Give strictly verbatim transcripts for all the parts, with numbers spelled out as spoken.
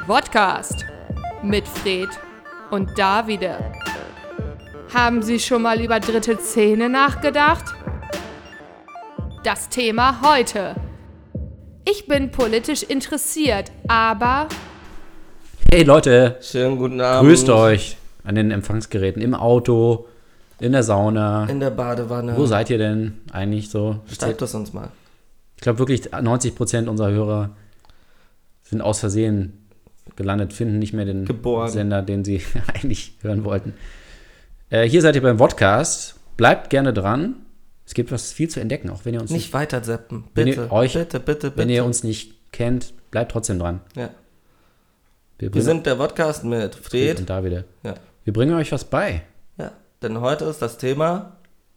Vodcast mit Fred und Davide. Haben Sie schon mal über dritte Zähne nachgedacht? Das Thema heute. Ich bin politisch interessiert, aber... Hey Leute, schönen guten Abend. Grüßt euch an den Empfangsgeräten, im Auto, in der Sauna. In der Badewanne. Wo seid ihr denn eigentlich so? Schreibt es uns mal. Ich glaube wirklich, neunzig Prozent unserer Hörer sind aus Versehen gelandet, finden nicht mehr den Geboren. Sender, den sie eigentlich hören wollten. Äh, hier seid ihr beim Vodcast. Bleibt gerne dran. Es gibt was viel zu entdecken, auch wenn ihr uns nicht, nicht weiter zappen. Wenn Bitte, ihr euch, bitte, bitte, bitte. Wenn ihr uns nicht kennt, bleibt trotzdem dran. Ja. Wir, Wir sind der Podcast mit Fred. Und Davide. Ja. Wir bringen euch was bei. Ja, denn heute ist das Thema...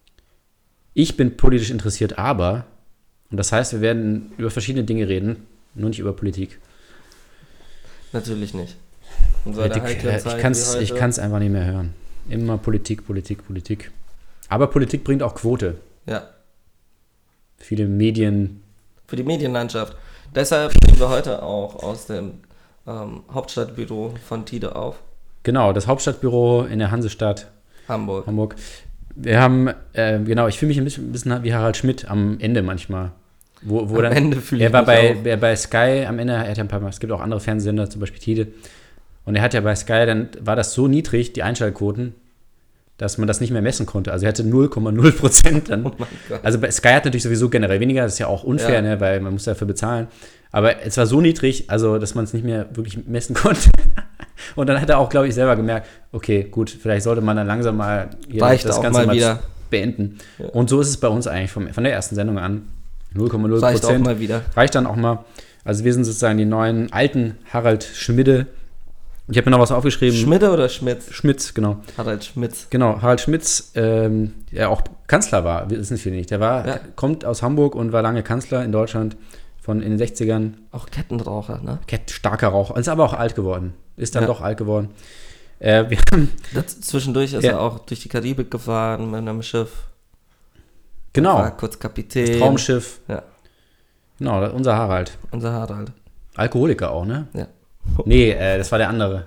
Ich bin politisch interessiert, aber... Und das heißt, wir werden über verschiedene Dinge reden, nur nicht über Politik. Natürlich nicht. In so Politik, einer heiklen äh, Zeit ich kann es wie ich heute. kann's einfach nicht mehr hören. Immer Politik, Politik, Politik. Aber Politik bringt auch Quote. Ja. Viele Medien. Für die Medienlandschaft. Deshalb nehmen wir heute auch aus dem ähm, Hauptstadtbüro von Tide auf. Genau, das Hauptstadtbüro in der Hansestadt Hamburg. Hamburg. Wir haben, äh, genau, ich fühle mich ein bisschen, ein bisschen wie Harald Schmidt am Ende manchmal. Wo, wo am dann, Ende fühle er ich war mich bei, auch. er bei Sky am Ende, er hat ja ein paar Mal, es gibt auch andere Fernsehsender, zum Beispiel Tide. Und er hat ja bei Sky, dann war das so niedrig, die Einschaltquoten, dass man das nicht mehr messen konnte. Also er hatte null Komma null Prozent dann. Oh mein Gott. Also bei Sky hat natürlich sowieso generell weniger, das ist ja auch unfair, Ja. ne, weil man muss dafür bezahlen. Aber es war so niedrig, also dass man es nicht mehr wirklich messen konnte. Und dann hat er auch, glaube ich, selber gemerkt, okay, gut, vielleicht sollte man dann langsam mal hier Reicht das auch Ganze mal mal wieder. beenden. Ja. Und so ist es bei uns eigentlich vom, von der ersten Sendung an. null Komma null Reicht Prozent. auch mal wieder. Reicht dann auch mal. Also wir sind sozusagen die neuen alten Harald Schmidde. Ich habe mir noch was aufgeschrieben. Schmidde oder Schmitz? Schmitz, genau. Harald Schmitz. Genau, Harald Schmitz, ähm, der auch Kanzler war, wissen viele nicht. Der war, Ja. kommt aus Hamburg und war lange Kanzler in Deutschland von in den sechzigern. Auch Kettenraucher, ne? Kett, starker Raucher. Ist aber auch alt geworden. Ist dann Ja. doch alt geworden. Äh, wir haben, Das, zwischendurch ist Ja. er auch durch die Karibik gefahren mit einem Schiff. genau, War kurz Kapitän. Traumschiff. Ja, Genau, unser Harald. unser Harald. Alkoholiker auch, ne? Ja. Nee, äh, das war der andere.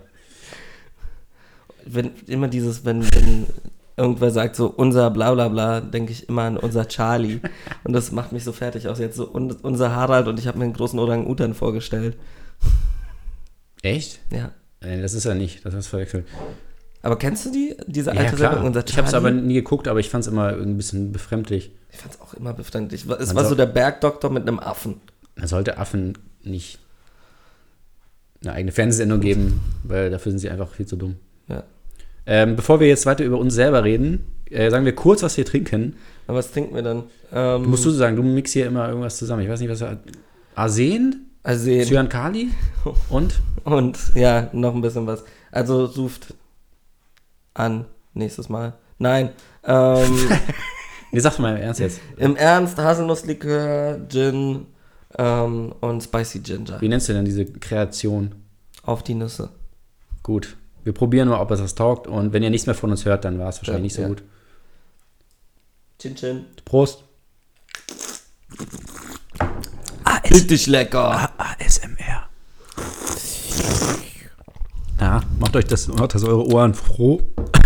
Wenn immer dieses, wenn, wenn irgendwer sagt so unser bla bla bla, denke ich immer an unser Charlie. Und das macht mich so fertig aus. Jetzt so un, unser Harald und ich habe mir einen großen Orang-Utan vorgestellt. Echt? Ja. Nee, das ist er nicht, das hast du verwechselt. Aber kennst du die? Diese Ja, alte klar. Sendung, unser Ich habe es Charlie? aber nie geguckt, aber ich fand es immer irgendwie ein bisschen befremdlich. Ich fand es auch immer befremdlich. Es Man war soll- so der Bergdoktor mit einem Affen. Man sollte Affen nicht eine eigene Fernsehsendung geben, weil dafür sind sie einfach viel zu dumm. Ja. Ähm, bevor wir jetzt weiter über uns selber reden, äh, sagen wir kurz, was wir trinken. Aber was trinken wir dann? Ähm, Du musst du sagen, du mixst hier immer irgendwas zusammen. Ich weiß nicht, was er. Arsen, Arsen Cyankali und und ja, noch ein bisschen was. Also ruft an nächstes Mal. Nein. Ähm, nee, sag mal im Ernst jetzt. Im Ernst, Haselnusslikör, Gin ähm, und Spicy Ginger. Wie nennst du denn diese Kreation? Auf die Nüsse. Gut. Wir probieren mal, ob es das taugt. Und wenn ihr nichts mehr von uns hört, dann war es wahrscheinlich Ja, nicht so ja. gut. Chin Chin. Prost. Richtig lecker. A S M R. Ja, macht euch das, macht das eure Ohren froh.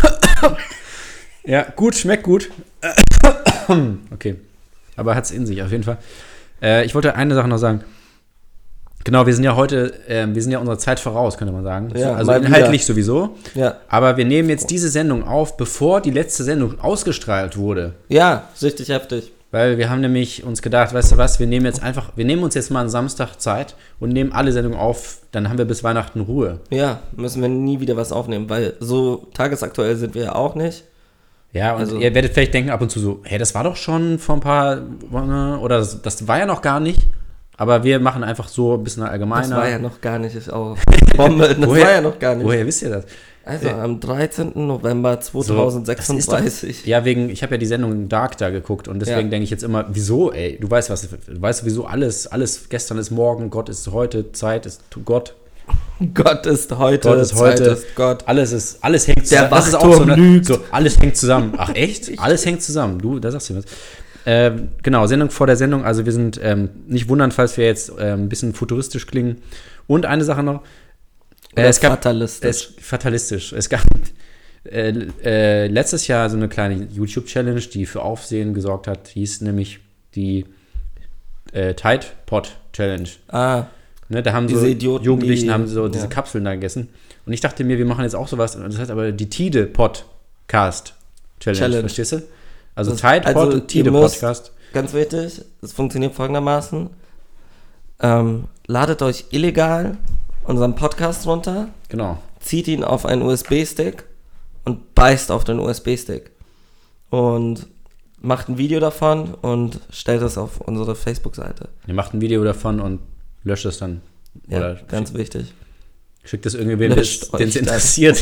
Ja, gut, schmeckt gut. Okay. Aber hat es in sich, auf jeden Fall. Äh, ich wollte eine Sache noch sagen. Genau, wir sind ja heute, äh, wir sind ja unserer Zeit voraus, könnte man sagen. Ja, also mal inhaltlich wieder. sowieso. Ja. Aber wir nehmen jetzt diese Sendung auf, bevor die letzte Sendung ausgestrahlt wurde. Ja, richtig heftig. Weil wir haben nämlich uns gedacht, weißt du was, wir nehmen jetzt einfach, wir nehmen uns jetzt mal einen Samstag Zeit und nehmen alle Sendungen auf, dann haben wir bis Weihnachten Ruhe. Ja, müssen wir nie wieder was aufnehmen, weil so tagesaktuell sind wir ja auch nicht. Ja, und Also- ihr werdet vielleicht denken ab und zu so, hey, das war doch schon vor ein paar Wochen, oder das, das war ja noch gar nicht. Aber wir machen einfach so ein bisschen allgemeiner. Das war ja noch gar nicht, ist auch Bombe, das Woher- war ja noch gar nicht. Woher wisst ihr das? Also am dreizehnten November zweitausendsechsunddreißig. Ja, wegen, ich habe ja die Sendung Dark da geguckt und deswegen Ja. denke ich jetzt immer, wieso, ey, du weißt was, du weißt sowieso alles, alles, gestern ist morgen, Gott ist heute, Zeit ist Gott. Gott ist heute, Gott ist heute, Zeit ist Gott. alles ist, alles hängt Der zusammen. Das ist auch Wachturm so, ne, lügt. so, alles hängt zusammen. Ach echt? Alles hängt zusammen. Du, da sagst du was. Ähm, genau, Sendung vor der Sendung. Also wir sind, ähm, nicht wundern, falls wir jetzt ähm, ein bisschen futuristisch klingen. Und eine Sache noch, Oder Äh, es gab, fatalistisch? Es, fatalistisch. Es gab äh, äh, letztes Jahr so eine kleine YouTube-Challenge, die für Aufsehen gesorgt hat, hieß nämlich die äh, Tide Pod Challenge. Ah, Ne, da haben diese so Idioten, Jugendlichen die- haben so diese ja. Kapseln da gegessen. Und ich dachte mir, wir machen jetzt auch sowas. Und das heißt aber die Tide Podcast Challenge, Challenge. verstehst du? Also Das- Tide Pod also und Tide ihr müsst- Podcast. ganz wichtig, es funktioniert folgendermaßen. Ähm, ladet euch illegal unseren Podcast runter, Genau. zieht ihn auf einen U S B-Stick und beißt auf den U S B-Stick. Und macht ein Video davon und stellt es auf unsere Facebook-Seite. Ihr macht ein Video davon und löscht es dann. Ja, Oder ganz wichtig. schickt es irgendwem, Löscht den es euch das. interessiert.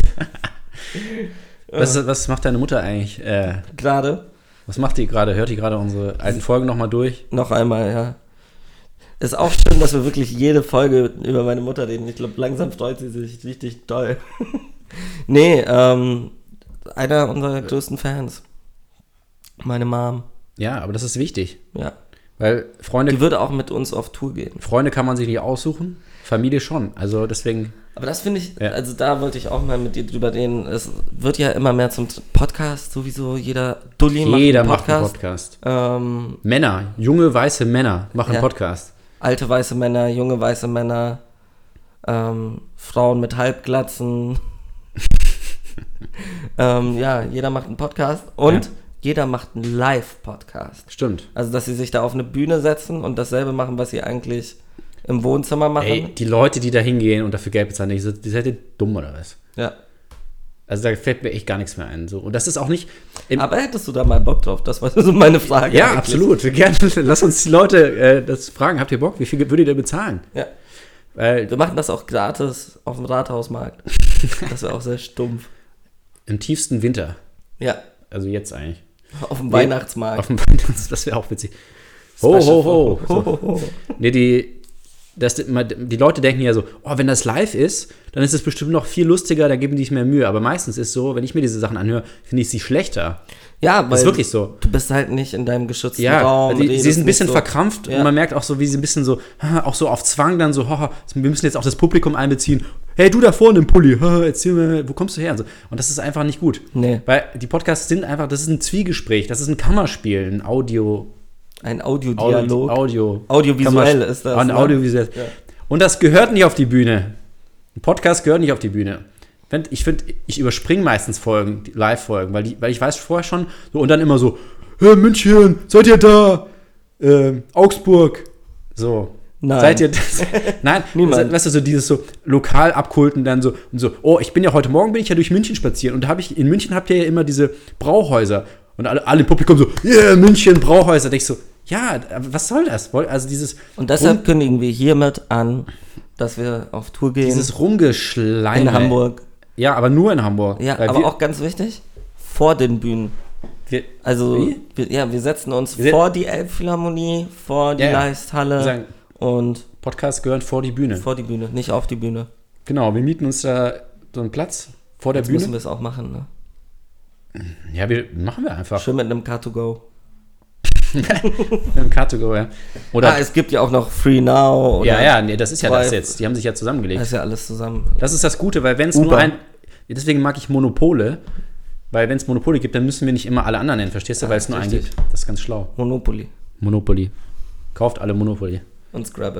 was, was macht deine Mutter eigentlich? Äh, Gerade, was macht die gerade? Hört die gerade unsere alten Folgen nochmal durch? noch einmal, ja. Ist auch schön, dass wir wirklich jede Folge über meine Mutter reden. Ich glaube, langsam freut sie sich richtig doll. nee, ähm, einer unserer größten Fans. Meine Mom. Ja, aber das ist wichtig. Ja. Weil Freunde, Die würde auch mit uns auf Tour gehen. Freunde kann man sich nicht aussuchen, Familie schon. Also deswegen, Aber das finde ich, Ja. also da wollte ich auch mal mit dir drüber reden. Es wird ja immer mehr zum Podcast, sowieso jeder Dulli jeder macht einen macht Podcast. einen Podcast. Ähm, Männer, junge weiße Männer machen Ja. einen Podcast. alte weiße Männer, junge weiße Männer, ähm, Frauen mit Halbglatzen. ähm, ja, jeder macht einen Podcast und Ja. jeder macht einen Live-Podcast. Stimmt. Also, dass sie sich da auf eine Bühne setzen und dasselbe machen, was sie eigentlich im Wohnzimmer machen. Ey, die Leute, die da hingehen und dafür Geld bezahlen, die, sind- die seid ihr dumm oder was? Ja. Also da fällt mir echt gar nichts mehr ein. So. Und das ist auch nicht. Im, Aber hättest du da mal Bock drauf? Das war so meine Frage. ja, eigentlich. absolut. Gerne. Lass uns die Leute äh, das fragen. Habt ihr Bock? Wie viel würdet ihr bezahlen? Ja. Weil Wir machen das auch gratis auf dem Rathausmarkt. Das wäre auch sehr stumpf. im tiefsten Winter, Ja, also jetzt eigentlich, auf dem Nee, Weihnachtsmarkt. auf dem Weihnachts, das wäre auch witzig. Ho, ho, ho. Ho, ho, ho. Nee, die, das, die Leute denken ja so, oh, wenn das live ist, dann ist es bestimmt noch viel lustiger, da geben die sich mehr Mühe. Aber meistens ist so, wenn ich mir diese Sachen anhöre, finde ich sie schlechter. Ja, weil Das ist wirklich so. du bist halt nicht in deinem geschützten Ja, Raum. die, redest sie sind ein nicht bisschen so. verkrampft Ja. und man merkt auch so, wie sie ein bisschen so, haha, auch so auf Zwang dann so, haha, wir müssen jetzt auch das Publikum einbeziehen. Hey, du da vorne im Pulli, haha, erzähl mir, wo kommst du her? Und, so. Und das ist einfach nicht gut. Nee. Weil die Podcasts sind einfach, das ist ein Zwiegespräch, das ist ein Kammerspiel, ein Audio, Ein Audiodialog. Audio, Audiovisuell Kammer- ist das. Ein ne? Audiovisuell. Ja. Und das gehört nicht auf die Bühne. Ein Podcast gehört nicht auf die Bühne. Wenn- Ich finde, ich überspringe meistens Folgen, die Live-Folgen, weil, die, weil ich weiß vorher schon, so, und dann immer so, hey, München, seid ihr da? Ähm, Augsburg. So. Nein. Seid ihr das? Nein, Niemand. weißt du, so dieses so lokal abkulten dann so und so, oh, ich bin ja heute Morgen bin ich ja durch München spazieren und da habe ich, in München habt ihr ja immer diese Brauhäuser und alle, alle im Publikum so, yeah, München, Brauhäuser. Da denk ich so, ja, aber was soll das? Also dieses Und deshalb kündigen wir hiermit an, dass wir auf Tour gehen Dieses Rumgeschleime. in Hamburg. Ja, aber nur in Hamburg. Ja, Weil aber wir, auch ganz wichtig, vor den Bühnen. wir, Also, Wie? wir, ja, wir setzen uns Wir se- vor die Elbphilharmonie, vor die Ja, ja. Leisthalle wir sagen, und Podcasts gehören vor die Bühne. vor die Bühne, nicht auf die Bühne. Genau, wir mieten uns da so einen Platz vor der Jetzt müssen Bühne. wir es auch machen, ne? Ja, wir machen wir einfach. Schön mit einem Car to go. Mit einem Car to go, ja. Oder, Ah, es gibt ja auch noch Free Now. Oder ja, ja, nee, das ist ja das Drive. jetzt. Die haben sich ja zusammengelegt. Das ist ja alles zusammen. Das ist das Gute, weil wenn es Uber. nur ein. Deswegen mag ich Monopole, weil wenn es Monopole gibt, dann müssen wir nicht immer alle anderen nennen, verstehst du? Ja, Weil es nur einen richtig. gibt. Das ist ganz schlau. Monopoly Monopoly. Kauft alle Monopoly. und Scrabble.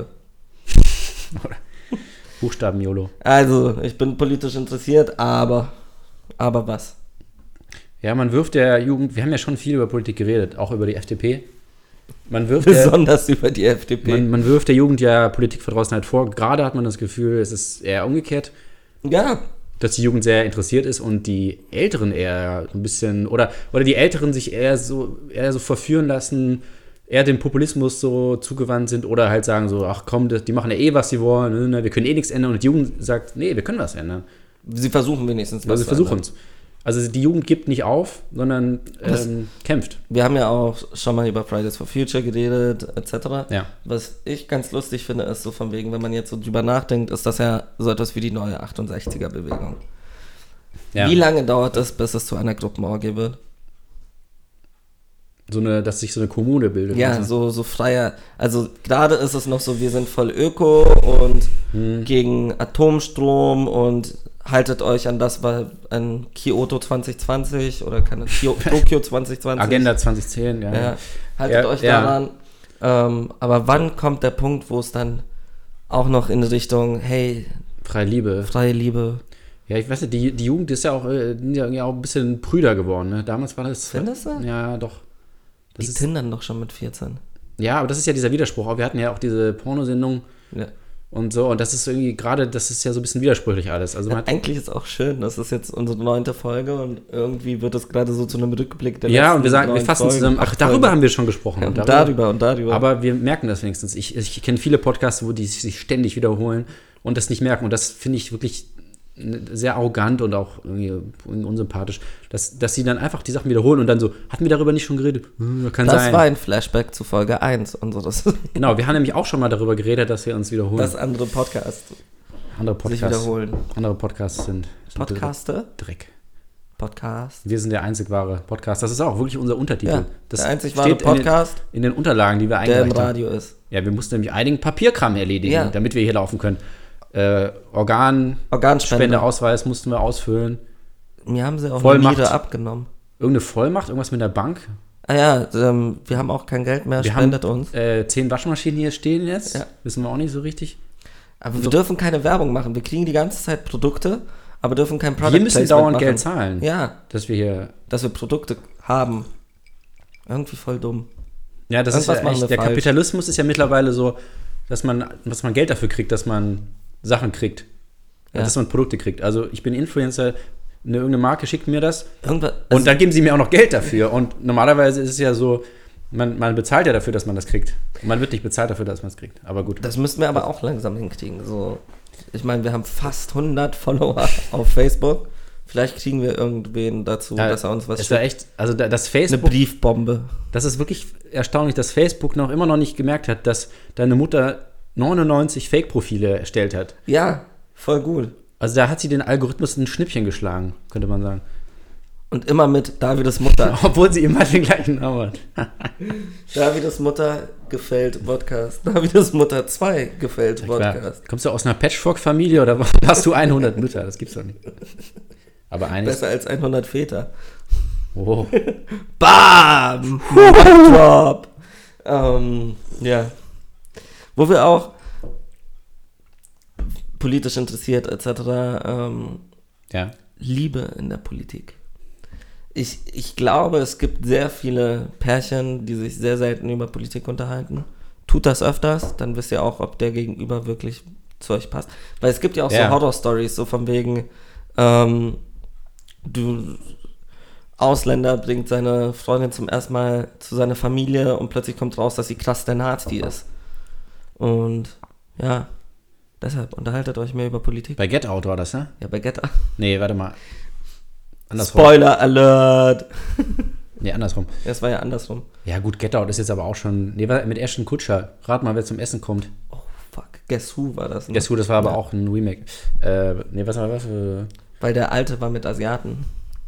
Buchstaben YOLO. Also, ich bin politisch interessiert, aber, aber was? Ja, man wirft der Jugend, wir haben ja schon viel über Politik geredet, auch über die F D P. Man wirft, der, Besonders über die F D P. man, man wirft der Jugend ja Politikverdrossenheit vor. Gerade hat man das Gefühl, es ist eher umgekehrt, ja, dass die Jugend sehr interessiert ist und die Älteren eher so ein bisschen, oder, oder die Älteren sich eher so, eher so verführen lassen, eher dem Populismus so zugewandt sind oder halt sagen so, ach komm, das, die machen ja eh, was sie wollen, ne, wir können eh nichts ändern. Und die Jugend sagt, nee, wir können was ändern. sie versuchen wenigstens Also sie zu versuchen ändern. es. Also die Jugend gibt nicht auf, sondern Das- ähm, kämpft. Wir haben ja auch schon mal über Fridays for Future geredet, et cetera. Ja. Was ich ganz lustig finde, ist so von wegen, wenn man jetzt so drüber nachdenkt, ist das ja so etwas wie die neue achtundsechziger-Bewegung. Ja. Wie lange dauert es, bis es zu einer Gruppenorgie wird? so eine, dass sich so eine Kommune bildet. Ja, so. so, so freier. Also gerade ist es noch so, wir sind voll Öko und hm. gegen Atomstrom und haltet euch an das, weil an Kyoto zwanzig zwanzig oder keine Tokio zwanzig zwanzig. Agenda zwanzig zehn, ja. ja haltet ja, euch ja. daran. Ähm, aber wann kommt der Punkt, wo es dann auch noch in Richtung, hey, freie Liebe. Freie Liebe. Ja, ich weiß nicht, die, die Jugend ist ja auch, äh, ja auch ein bisschen prüder geworden, ne? Damals war das... Findest du? Ja, doch. Das die ist, tindern doch schon mit vierzehn. Ja, aber das ist ja dieser Widerspruch. Wir hatten ja auch diese Pornosendung ja. und so. Und das ist irgendwie gerade, das ist ja so ein bisschen widersprüchlich alles. Also ja, man hat, eigentlich ist es auch schön, das ist jetzt unsere neunte Folge und irgendwie wird es gerade so zu einem Rückblick der ja, und wir sagen, wir fassen Folgen, zusammen, ach, darüber Folgen. haben wir schon gesprochen. Ja, und darüber, darüber und darüber. Aber wir merken das wenigstens. Ich, ich kenne viele Podcasts, wo die sich ständig wiederholen und das nicht merken. Und das finde ich wirklich sehr arrogant und auch irgendwie unsympathisch, dass, dass sie dann einfach die Sachen wiederholen und dann so, hatten wir darüber nicht schon geredet? Hm, kann das sein. war ein Flashback zu Folge eins unseres. Genau, wir haben nämlich auch schon mal darüber geredet, dass wir uns wiederholen. Dass andere Podcasts andere Podcasts sich wiederholen. Andere Podcasts sind, sind Podcaster? Dreck. Podcast. Wir sind der einzig wahre Podcast. Das ist auch wirklich unser Untertitel. Ja, das der einzig wahre Podcast, in den, in den Unterlagen, die wir eingereicht haben. Der im Radio ist. Ja, wir mussten nämlich einigen Papierkram erledigen, ja. damit wir hier laufen können. Äh, Organ, Spendeausweis mussten wir ausfüllen. Mir haben sie auch Vollmacht. eine Miete abgenommen. Irgendeine Vollmacht? Irgendwas mit der Bank? Ah ja, ähm, wir haben auch kein Geld mehr, wir spendet haben, uns. Äh, zehn Waschmaschinen hier stehen jetzt. Ja. Wissen wir auch nicht so richtig. Aber wir so. dürfen keine Werbung machen. Wir kriegen die ganze Zeit Produkte, aber dürfen kein Product Wir müssen Placement dauernd machen. Geld zahlen. Ja. Dass wir hier... Dass wir Produkte haben. Irgendwie voll dumm. Ja, das Irgendwas ist ja echt, der falsch. Kapitalismus ist ja mittlerweile so, dass man, dass man Geld dafür kriegt, dass man Sachen kriegt. Ja. Dass man Produkte kriegt. Also ich bin Influencer, eine irgendeine Marke schickt mir das Irgendwas, also und dann geben sie mir auch noch Geld dafür. Und normalerweise ist es ja so, man, man bezahlt ja dafür, dass man das kriegt. Und man wird nicht bezahlt dafür, dass man es kriegt. Aber gut. Das müssten wir aber auch langsam hinkriegen. So, ich meine, wir haben fast hundert Follower auf Facebook. Vielleicht kriegen wir irgendwen dazu, ja, dass er uns was schickt. Ist ja echt, also das Facebook... Eine Briefbombe. Das ist wirklich erstaunlich, dass Facebook noch immer noch nicht gemerkt hat, dass deine Mutter neunundneunzig Fake-Profile erstellt hat. Ja, voll gut. Also da hat sie den Algorithmus ein Schnippchen geschlagen, könnte man sagen. Und immer mit Davides Mutter. Obwohl sie immer den gleichen Namen hat. Davides Mutter gefällt Podcast. Davides Mutter zwei gefällt Podcast. Kommst du aus einer Patchwork-Familie oder hast du hundert Mütter? Das gibt's doch nicht. Aber eines. Besser als hundert Väter. Oh. Bam! Drop! ähm, ja. Wo wir auch politisch interessiert et cetera. Ähm, ja. Liebe in der Politik. Ich, ich glaube, es gibt sehr viele Pärchen, die sich sehr selten über Politik unterhalten. Tut das öfters, dann wisst ihr auch, ob der Gegenüber wirklich zu euch passt. Weil es gibt ja auch ja. so Horror-Stories, so von wegen, ähm, du Ausländer bringt seine Freundin zum ersten Mal zu seiner Familie und plötzlich kommt raus, dass sie krass der Nazi ist. Und ja, deshalb unterhaltet euch mehr über Politik. Bei Get Out war das, ne? Ja, bei Get Out. Nee, warte mal. Andersrum. Spoiler Alert! Nee, andersrum. Das war ja andersrum. Ja gut, Get Out ist jetzt aber auch schon... Nee, war mit Ashton Kutcher. Rat mal, wer zum Essen kommt. Oh, fuck. Guess Who war das, ne? Guess Who, das war aber ja. auch ein Remake. Äh, nee, was war was? Äh, Weil der alte war mit Asiaten.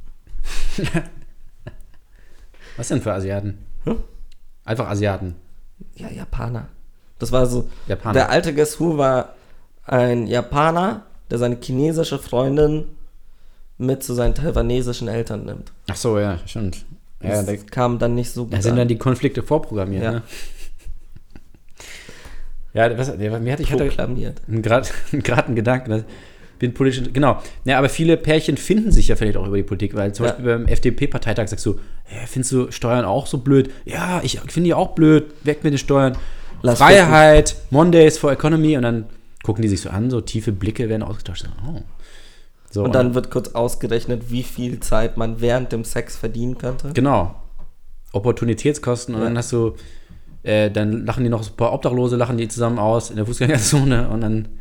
Was denn für Asiaten? Hm? Einfach Asiaten. Ja, Japaner. Das war so... Japaner. Der alte Guess Who war ein Japaner, der seine chinesische Freundin mit zu seinen taiwanesischen Eltern nimmt. Ach so, ja, stimmt. Ja, das da kam dann nicht so gut Da sind an. dann die Konflikte vorprogrammiert, ja. ne? Ja, was, mir hatte, ich hatte gerade einen Gedanken, dass bin politisch, genau. Ja, aber viele Pärchen finden sich ja vielleicht auch über die Politik, weil zum ja. Beispiel beim F D P-Parteitag sagst du, ja, findest du Steuern auch so blöd? Ja, ich finde die auch blöd, weg mit den Steuern. Lass Freiheit, gucken. Mondays for Economy und dann gucken die sich so an, so tiefe Blicke werden ausgetauscht. Oh. So, und dann und, wird kurz ausgerechnet, wie viel Zeit man während dem Sex verdienen könnte. Genau. Opportunitätskosten und ja. dann hast du, äh, dann lachen die noch so ein paar Obdachlose, lachen die zusammen aus in der Fußgängerzone und dann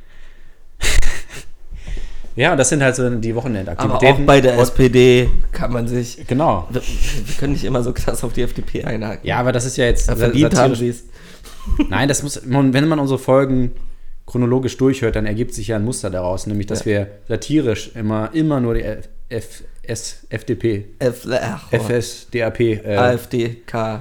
ja, das sind halt so die Wochenendaktivitäten. Aber auch bei der S P D kann man sich... Genau. Wir, wir können nicht immer so krass auf die F D P einhaken. Ja, aber das ist ja jetzt... Da verdient haben sie es. Nein, das muss, wenn man unsere Folgen chronologisch durchhört, dann ergibt sich ja ein Muster daraus, nämlich, dass ja. wir satirisch immer, immer nur die F S, F D P. F, ach, F S D A P. Äh, AfD, K.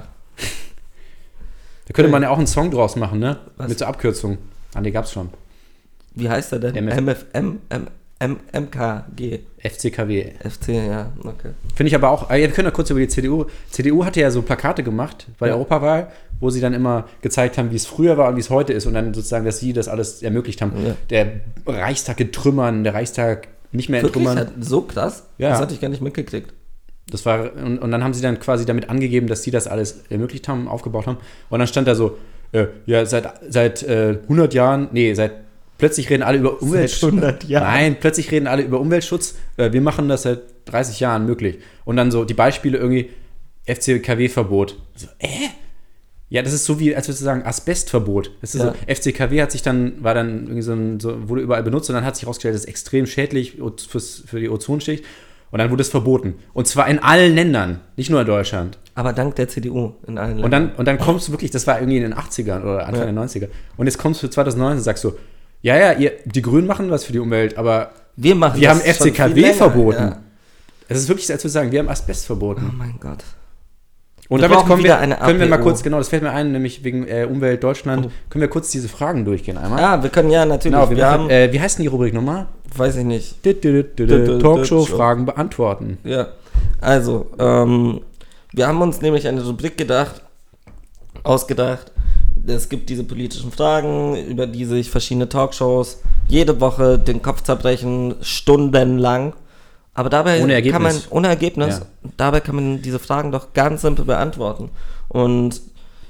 Da könnte man ja auch einen Song draus machen, ne? Was? Mit so Abkürzung. Ah, die gab's schon. Wie heißt er denn? M F M F M, M, M, M K G. F C K W. F C, ja, okay. Finde ich aber auch, wir können ja kurz über die C D U. C D U hatte ja so Plakate gemacht bei der Ja. Europawahl, wo sie dann immer gezeigt haben, wie es früher war und wie es heute ist und dann sozusagen, dass sie das alles ermöglicht haben. Ja. Der Reichstag in Trümmern, der Reichstag nicht mehr in Wirklich? Trümmern. Hat- So krass? Ja. Das hatte ich gar nicht mitgekriegt. Das war, und, und dann haben sie dann quasi damit angegeben, dass sie das alles ermöglicht haben, aufgebaut haben. Und dann stand da so, äh, ja, seit, seit äh, hundert Jahren, nee, seit plötzlich reden alle über Umweltschutz. Seit hundert Jahren. Nein, plötzlich reden alle über Umweltschutz. Äh, wir machen das seit dreißig Jahren möglich. Und dann so die Beispiele irgendwie F C K W-Verbot. So, äh? Ja, das ist so wie, als würdest du sagen, Asbestverbot. Das ist Ja. so, F C K W hat sich dann, war dann irgendwie so, ein, so, wurde überall benutzt und dann hat sich herausgestellt, das ist extrem schädlich fürs, für die Ozonschicht. Und dann wurde es verboten. Und zwar in allen Ländern, nicht nur in Deutschland. Aber dank der C D U in allen Und dann, und dann kommst du wirklich, das war irgendwie in den achtzigern oder Anfang Ja. der neunziger. Und jetzt kommst du für zweitausendneunzehn und sagst so, ja, ja, ihr, die Grünen machen was für die Umwelt, aber Wir machen wir das haben F C schon K viel W länger, verboten. ja. Es ist wirklich, als wir sagen, wir haben Asbest verboten. Oh mein Gott. Und Wir damit brauchen kommen wir, wieder eine können wir mal A P O. kurz, genau, das fällt mir ein, nämlich wegen äh, Umwelt Deutschland, Oh. können wir kurz diese Fragen durchgehen einmal. Ah, wir können ja natürlich. genau, wir, wir machen, haben, äh, wie heißt denn die Rubrik nochmal? weiß ich nicht. Talkshow, Fragen beantworten. Ja. Also, ähm, wir haben uns nämlich eine Rubrik gedacht, ausgedacht. Es gibt diese politischen Fragen, über die sich verschiedene Talkshows jede Woche den Kopf zerbrechen, stundenlang. Aber dabei Ohne kann man, Ergebnis. ohne Ergebnis, Ja. dabei kann man diese Fragen doch ganz simpel beantworten. Und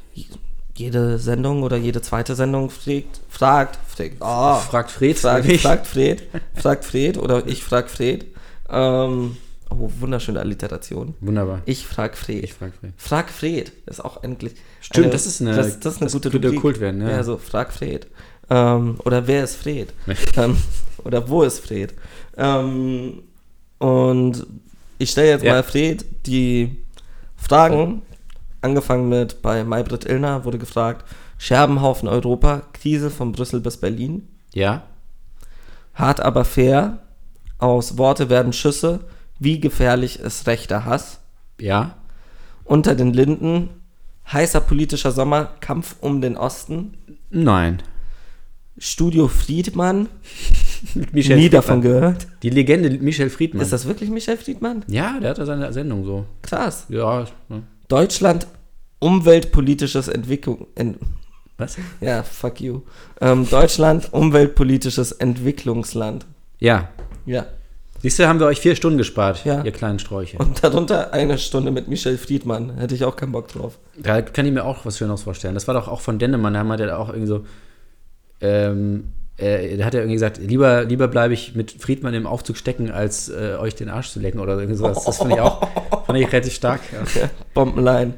jede Sendung oder jede zweite Sendung fragt, fragt, fragt, oh, Fragt Fred. fragt, mich. fragt Fred, fragt Fred oder ich frag Fred. Ähm, oh, wunderschöne Alliteration. Wunderbar. Ich frag Fred. Ich frag Fred. Frag Fred. Das ist auch eigentlich. Stimmt, das ist eine- das, das ist eine das gute könnte Rubrik. Kult werden, ja. Ja, so Frag Fred. Ähm, oder wer ist Fred? ähm, oder wo ist Fred? Ähm, und ich stelle jetzt Ja. mal Fred die Fragen. Angefangen mit bei Maybrit Illner wurde gefragt: Scherbenhaufen Europa, Krise von Brüssel bis Berlin. Ja? Hart aber fair. Aus Worte werden Schüsse. Wie gefährlich ist rechter Hass? Ja? Unter den Linden. Heißer politischer Sommer. Kampf um den Osten. Nein. Studio Friedmann. Michel Nie Friedmann. davon gehört. Die Legende Michel Friedmann. Ist das wirklich Michel Friedmann? Ja, der hat da seine Sendung so. Krass. Ja. ne. Deutschland. Umweltpolitisches Entwicklung. En, Was? ja, fuck you. Ähm, Deutschland. Umweltpolitisches Entwicklungsland. Ja. Ja. Siehst du, haben wir euch vier Stunden gespart, Ja. ihr kleinen Sträuche. Und darunter eine Stunde mit Michel Friedmann. Hätte ich auch keinen Bock drauf. Da kann ich mir auch was Schönes vorstellen. Das war doch auch von Dennemann, da hat er auch irgendwie so, ähm, äh, da hat er irgendwie gesagt, lieber, lieber bleibe ich mit Friedmann im Aufzug stecken, als äh, euch den Arsch zu lecken oder irgendwie sowas. Das fand ich auch, fand ich relativ stark. Ja. Bombenline.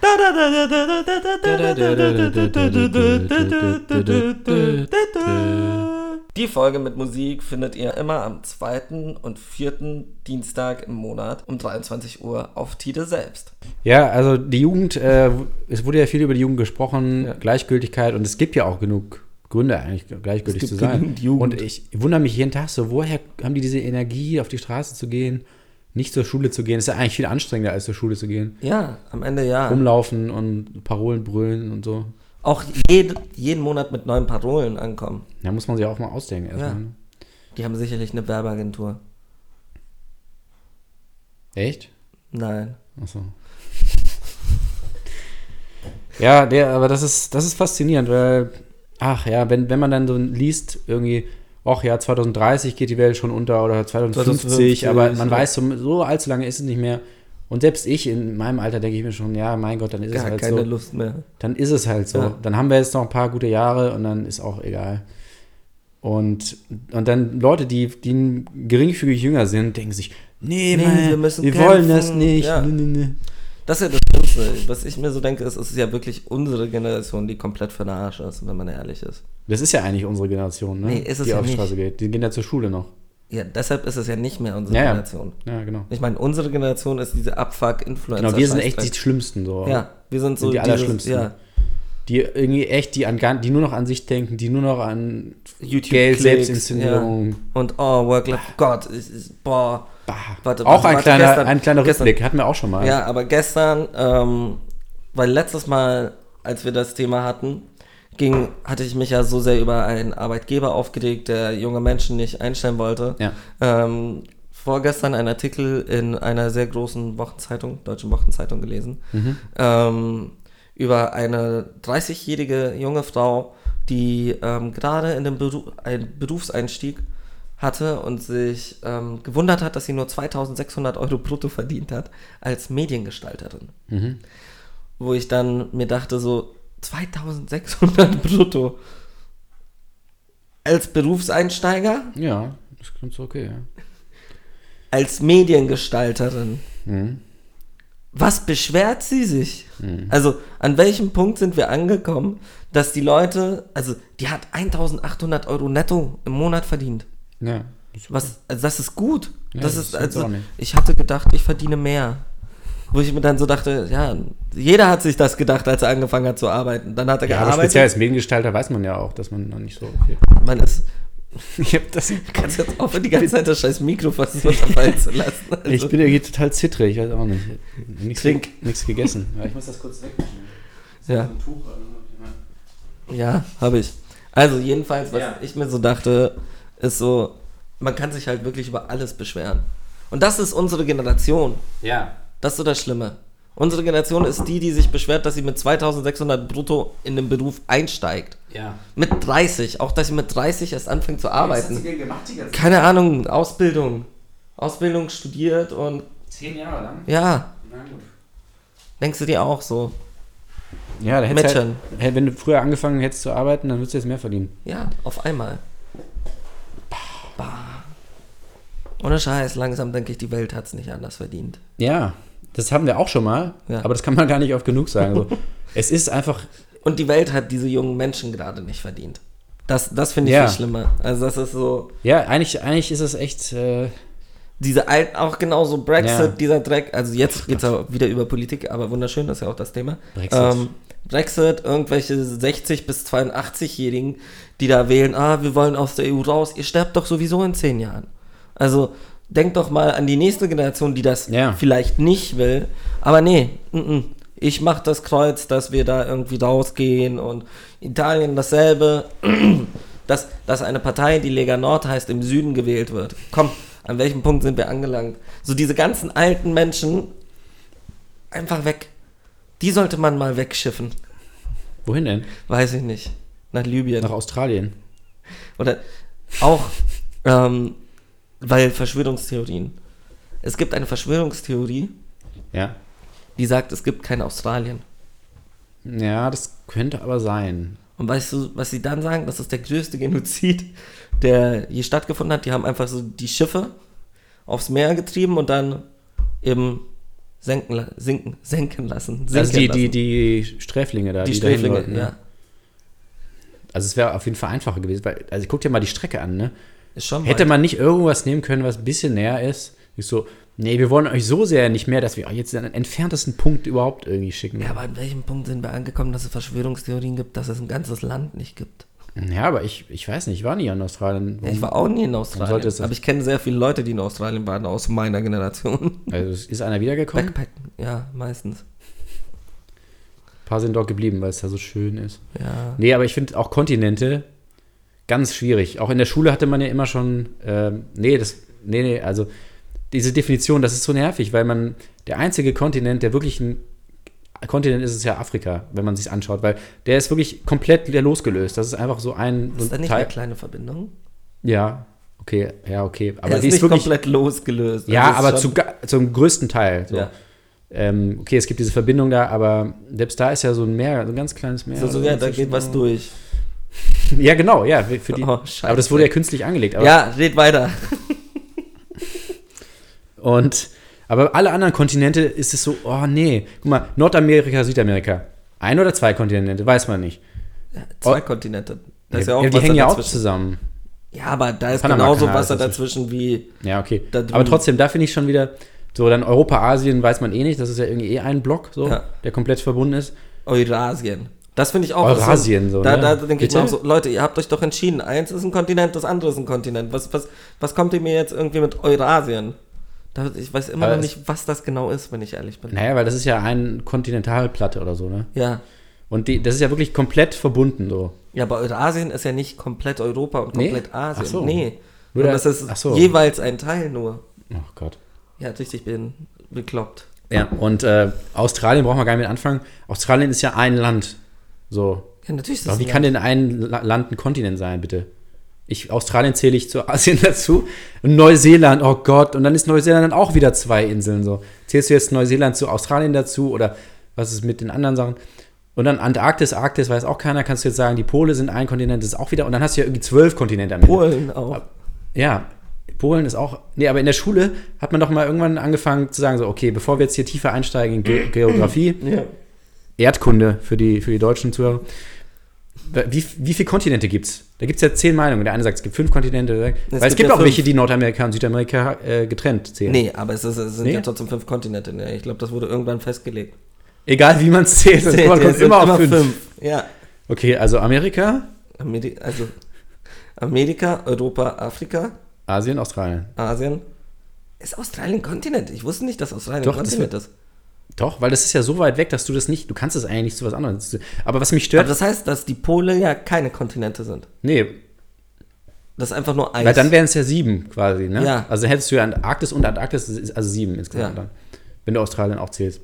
Die Folge mit Musik findet ihr immer am zweiten und vierten Dienstag im Monat um dreiundzwanzig Uhr auf Tide selbst. Ja, also die Jugend, äh, es wurde ja viel über die Jugend gesprochen, Ja. Gleichgültigkeit und es gibt ja auch genug Gründe eigentlich, gleichgültig Es zu gibt sein. genügend Jugend. Und ich wundere mich jeden Tag so, woher haben die diese Energie, auf die Straße zu gehen, nicht zur Schule zu gehen? Das ist ja eigentlich viel anstrengender, als zur Schule zu gehen. Ja, am Ende ja. Rumlaufen und Parolen brüllen und so. Auch jed, jeden Monat mit neuen Parolen ankommen. Da muss man sich auch mal ausdenken. Ja. Erstmal, ne? Die haben sicherlich eine Werbeagentur. Echt? Nein. Achso. Ja, der, aber das ist, das ist faszinierend, weil, ach ja, wenn, wenn man dann so liest, irgendwie, ach ja, zwanzig dreißig geht die Welt schon unter oder zwanzig fünfzig, zwanzig aber fünfzig, man ja. weiß, so, so allzu lange ist es nicht mehr. Und selbst ich in meinem Alter denke ich mir schon, ja, mein Gott, dann ist es Gar halt keine so. Lust mehr. Dann ist es halt so. Ja. Dann haben wir jetzt noch ein paar gute Jahre und dann ist auch egal. Und, und dann Leute, die, die geringfügig jünger sind, denken sich, nee, Nee, Mann, wir müssen wir kämpfen. wollen das nicht. Ja. Nee, nee, nee. Das ist ja das Schlimmste. Was ich mir so denke, ist, es ist ja wirklich unsere Generation, die komplett für den Arsch ist, wenn man ehrlich ist. Das ist ja eigentlich unsere Generation, ne? Nee, ist es die ja auf die nicht. Straße geht. Die gehen ja zur Schule noch. Ja, deshalb ist es ja nicht mehr unsere Ja, ja. Generation. Ja, genau. Ich meine, unsere Generation ist diese Abfuck-Influencer. Genau, wir sind echt die Schlimmsten. So. Ja, wir sind so Sind die dieses- Allerschlimmsten. Ja. die irgendwie echt, die an gar, die nur noch an sich denken, die nur noch an YouTube Geld, Klicks, Selbstinszenierung. Ja. Und oh, Work-Life, Gott, ist, ist, boah. Bah. Warte, auch warte, ein, warte, kleiner, gestern, ein kleiner gestern, Rückblick, hatten wir auch schon mal. Ja, aber gestern, ähm, weil letztes Mal, als wir das Thema hatten, ging, hatte ich mich ja so sehr über einen Arbeitgeber aufgeregt, der junge Menschen nicht einstellen wollte. Ja. Ähm, vorgestern einen Artikel in einer sehr großen Wochenzeitung, deutschen Wochenzeitung gelesen, Mhm. ähm, über eine dreißigjährige junge Frau, die ähm, gerade in dem Beru- einen Berufseinstieg hatte und sich ähm, gewundert hat, dass sie nur zweitausendsechshundert Euro brutto verdient hat als Mediengestalterin. Mhm. Wo ich dann mir dachte so, zweitausendsechshundert brutto als Berufseinsteiger, Ja, das klingt so okay, ja. als Mediengestalterin. Mhm. Was beschwert sie sich? Mhm. Also, an welchem Punkt sind wir angekommen, dass die Leute, also, die hat eintausendachthundert Euro netto im Monat verdient. Ja. Das Was, also das ist gut. Ja, das das ist, ist also, auch nicht. ich hatte gedacht, ich verdiene mehr. Wo ich mir dann so dachte, ja, jeder hat sich das gedacht, als er angefangen hat zu arbeiten. Dann hat er ja, aber gearbeitet. speziell als Mediengestalter weiß man ja auch, dass man noch nicht so viel. Man ist, Ich hab das. kannst jetzt aufhören, die ganze Zeit das scheiß Mikro fast runterfallen zu lassen. Also, Ich bin irgendwie total zittrig, ich weiß auch nicht. Nichts, Trink. nichts gegessen. Ja, ich muss das kurz wegwischen. Ja. Ein Tuch, also, Ja, habe ich. Also jedenfalls, was Ja. ich mir so dachte, ist so, man kann sich halt wirklich über alles beschweren. Und das ist unsere Generation. ja. Das ist so das Schlimme. Unsere Generation ist die, die sich beschwert, dass sie mit zweitausendsechshundert brutto in den Beruf einsteigt. Ja. Mit dreißig. Auch, dass sie mit dreißig erst anfängt zu arbeiten. denn gemacht die ganze Keine Ahnung, Ausbildung. Ausbildung studiert und Zehn Jahre lang? ja, Na gut. denkst du dir auch so. Ja, da hättest Mädchen. halt, hey, wenn du früher angefangen hättest zu arbeiten, dann würdest du jetzt mehr verdienen. Ja, auf einmal. Bah. Ohne Scheiß, langsam denke ich, die Welt hat es nicht anders verdient. Ja, das haben wir auch schon mal, Ja. aber das kann man gar nicht oft genug sagen. So. Es ist einfach, Und die Welt hat diese jungen Menschen gerade nicht verdient. Das, das finde ich Ja. viel schlimmer. Also das ist so, ja, eigentlich, eigentlich ist es echt, äh, diese alten, auch genauso Brexit, Ja. dieser Dreck, also jetzt geht es ja wieder über Politik, aber wunderschön, das ist ja auch das Thema. Brexit. Ähm, Brexit, irgendwelche sechzig- bis zweiundachtzig-Jährigen, die da wählen, ah, wir wollen aus der E U raus, ihr sterbt doch sowieso in zehn Jahren. Also denkt doch mal an die nächste Generation, die das Ja. vielleicht nicht will, aber nee, n -n. Ich mach das Kreuz, dass wir da irgendwie rausgehen und Italien dasselbe, dass, dass eine Partei, die Lega Nord heißt, im Süden gewählt wird. Komm, an welchem Punkt sind wir angelangt? So diese ganzen alten Menschen, einfach weg. Die sollte man mal wegschiffen. wohin denn? Weiß ich nicht. Nach Libyen. Nach Australien. Oder auch, ähm, weil Verschwörungstheorien. Es gibt eine Verschwörungstheorie, Ja. die sagt, es gibt kein Australien. Ja, das könnte aber sein. Und weißt du, was sie dann sagen? Das ist der größte Genozid, der je stattgefunden hat. Die haben einfach so die Schiffe aufs Meer getrieben und dann eben senken, la- sinken, senken lassen. Sinken Also die, lassen. die, die Sträflinge da, die die dahin Sträflinge, wollten, ne? ja. Also es wäre auf jeden Fall einfacher gewesen, weil, also guck dir mal die Strecke an, ne? Ist schon Hätte weit. man nicht irgendwas nehmen können, was ein bisschen näher ist? Ich so, nee, wir wollen euch so sehr nicht mehr, dass wir euch jetzt an den entferntesten Punkt überhaupt irgendwie schicken. Ja, aber an welchem Punkt sind wir angekommen, dass es Verschwörungstheorien gibt, dass es ein ganzes Land nicht gibt? Ja, aber ich, ich weiß nicht, ich war nie in Australien. Ja, ich war auch nie in sollte Australien, es das- aber ich kenne sehr viele Leute, die in Australien waren, aus meiner Generation. Also ist einer wiedergekommen? Backpacken, ja, meistens. Ein paar sind dort geblieben, weil es da so schön ist. Ja. Nee, aber ich finde auch Kontinente ganz schwierig. Auch in der Schule hatte man ja immer schon, ähm, nee, das, nee, nee, also diese Definition, das ist so nervig, weil man, der einzige Kontinent, der wirklich ein Kontinent ist, ist ja Afrika, wenn man sich anschaut, weil der ist wirklich komplett wieder losgelöst. Das ist einfach so ein, so Ist da ein nicht Teil. eine kleine Verbindung? Ja, okay, ja, okay. Aber Er ist die ist nicht wirklich, komplett losgelöst. ja, Also es aber ist zu, schon- ga- zum größten Teil. So. Ja. Ähm, okay, es gibt diese Verbindung da, aber selbst da ist ja so ein Meer, so ein ganz kleines Meer. So, so, ja, da geht was durch. Ja, genau, ja. Für die, Oh, scheiße. aber das wurde ja künstlich angelegt. Aber, Ja, red weiter. Und, aber alle anderen Kontinente ist es so, oh nee. Guck mal, Nordamerika, Südamerika. Ein oder zwei Kontinente, weiß man nicht. Zwei Oh. Kontinente. Da Ja, ist ja auch ja, die Wasser hängen ja auch dazwischen. zusammen. Ja, aber da ist Panama-Kanal genauso ist Wasser dazwischen. dazwischen wie Ja, okay. da drüben. Aber trotzdem, da finde ich schon wieder, so dann Europa, Asien weiß man eh nicht, das ist ja irgendwie eh ein Block, so, Ja. der komplett verbunden ist. Eurasien. Das finde ich auch. Eurasien, so, Da, ne? da denke ich Bitte? mir auch so, Leute, ihr habt euch doch entschieden. Eins ist ein Kontinent, das andere ist ein Kontinent. Was, was, was kommt ihr mir jetzt irgendwie mit Eurasien? Da, ich weiß immer Aber noch es- nicht, was das genau ist, wenn ich ehrlich bin. Naja, weil das ist ja eine Kontinentalplatte oder so, ne? Ja. Und die, das ist ja wirklich komplett verbunden, so. Ja, aber Eurasien ist ja nicht komplett Europa und Nee? komplett Asien. Ach so. Nee. Nur Und der- das ist ach so. jeweils ein Teil nur. Oh Gott. Ja, richtig, bin bekloppt. Ja, und äh, Australien brauchen wir gar nicht mit anfangen. Australien ist ja ein Land. So. Ja, natürlich ist Aber das wie ein kann Land. denn ein La- Land ein Kontinent sein, bitte? Ich, Australien zähle ich zu Asien dazu. Und Neuseeland, oh Gott. Und dann ist Neuseeland dann auch wieder zwei Inseln. So. Zählst du jetzt Neuseeland zu Australien dazu? Oder was ist mit den anderen Sachen? Und dann Antarktis, Arktis, weiß auch keiner. Kannst du jetzt sagen, die Pole sind ein Kontinent, das ist auch wieder. Und dann hast du ja irgendwie zwölf Kontinente am Ende. Polen auch. Ja, Polen ist auch. Nee, aber in der Schule hat man doch mal irgendwann angefangen zu sagen, so, okay, bevor wir jetzt hier tiefer einsteigen in Ge Geografie, Ja. Erdkunde für die, für die deutschen Zuhörer. Wie, wie viele Kontinente gibt es? Da gibt es ja zehn Meinungen. Der eine sagt, es gibt fünf Kontinente. Der sagt, weil es gibt gibt ja auch welche, fünf. die Nordamerika und Südamerika äh, getrennt zählen. Nee, aber es, ist, es sind Nee? ja trotzdem fünf Kontinente. Ne? Ich glaube, das wurde irgendwann festgelegt. Egal wie man es zählt, das Ja, kommt es sind immer auf fünf. Ja. Okay, also Amerika, Ameri also Amerika, Europa, Afrika, Asien, Australien. Asien. Ist Australien ein Kontinent? Ich wusste nicht, dass Australien Doch, ein das Kontinent wird- ist. Doch, weil das ist ja so weit weg, dass du das nicht, du kannst es eigentlich nicht zu was anderem. Aber was mich stört, Aber das heißt, dass die Pole ja keine Kontinente sind. nee, Das ist einfach nur Eis. weil dann wären es ja sieben quasi, ne? Ja. Also hättest du ja Antarktis und Antarktis, das ist also sieben insgesamt Ja. dann. Wenn du Australien auch zählst.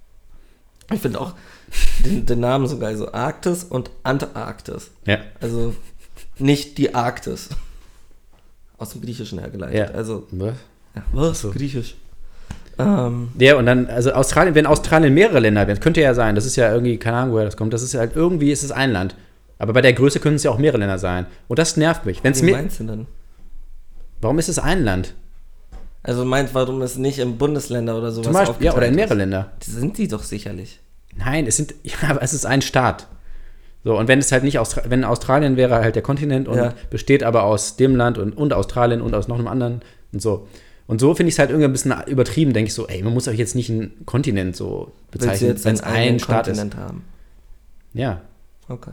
Ich finde auch den, den Namen so geil, so Arktis und Antarktis. Ja. Also nicht die Arktis. Aus dem Griechischen hergeleitet. Ja. Also, Was? ja, was? So. Griechisch. Ähm, Ja, und dann, also Australien, wenn Australien mehrere Länder wären, könnte ja sein, das ist ja irgendwie, keine Ahnung, woher das kommt, das ist ja halt irgendwie, ist es ein Land. Aber bei der Größe können es ja auch mehrere Länder sein. Und das nervt mich. Wenn's wie mir, meinst du denn? warum ist es ein Land? Also meint, warum es nicht in Bundesländer oder sowas Zum Beispiel, ja, oder in aufgeteilt mehrere ist? Länder. Die sind die doch sicherlich. Nein, es sind, ja, aber es ist ein Staat. So, und wenn es halt nicht, Austra wenn Australien wäre halt der Kontinent und Ja. besteht aber aus dem Land und, und Australien und aus noch einem anderen und so. Und so finde ich es halt irgendwie ein bisschen übertrieben, denke ich so, ey, man muss euch jetzt nicht einen Kontinent so Willst du bezeichnen, jetzt wenn es einen ein eigenen Staat Kontinent haben? ist. Ja. Okay.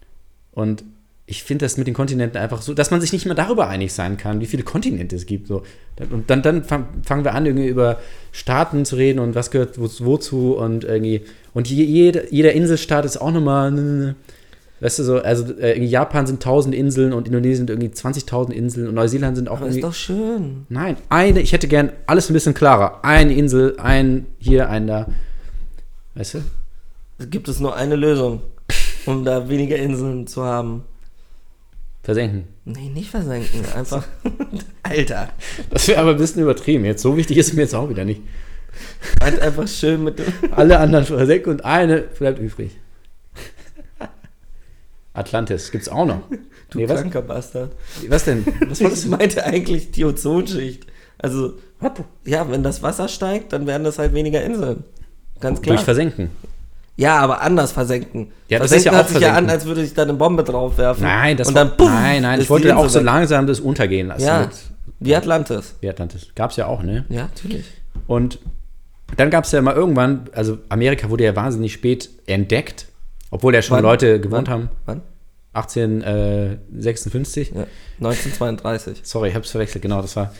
Und ich finde das mit den Kontinenten einfach so, dass man sich nicht mehr darüber einig sein kann, wie viele Kontinente es gibt. So. Und dann, dann fang, fangen wir an, irgendwie über Staaten zu reden und was gehört wo, wozu und irgendwie. Und je, jede, jeder Inselstaat ist auch nochmal. Weißt du so, also äh, in Japan sind tausend Inseln und Indonesien sind irgendwie zwanzigtausend Inseln und Neuseeland sind auch Aber irgendwie. ist doch schön. Nein, eine, ich hätte gern alles ein bisschen klarer. Eine Insel, ein hier, ein da. Weißt du? Es gibt es nur eine Lösung, um da weniger Inseln zu haben. Versenken. Nee, nicht versenken. Einfach. Alter. Das wäre aber ein bisschen übertrieben. Jetzt so wichtig ist es mir jetzt auch wieder nicht. Meint einfach schön mit dem. Alle anderen versenken und eine bleibt übrig. Atlantis gibt's auch noch. Du Nee, was? kranker Bastard. Was denn? Was wolltest Ich du? meinte eigentlich die Ozonschicht. Also, ja, wenn das Wasser steigt, dann werden das halt weniger Inseln. Ganz klar. Durch Versenken. Ja, aber anders versenken. Ja, das versenken ist ja hört auch sich ja an, versenken. als würde ich da eine Bombe drauf werfen. Nein, das und war, dann, puff, nein, nein, ist ich wollte die auch Insel so weg. langsam das untergehen lassen. Ja, Mit, wie Atlantis. wie Atlantis. Gab's ja auch, ne? Ja, natürlich. Und dann gab es ja mal irgendwann, also Amerika wurde ja wahnsinnig spät entdeckt, obwohl ja schon Wann? Leute gewohnt Wann? haben. Wann? achtzehnhundertsechsundfünfzig. Ja, neunzehnhundertzweiunddreißig. Sorry, ich hab's verwechselt, genau, das war.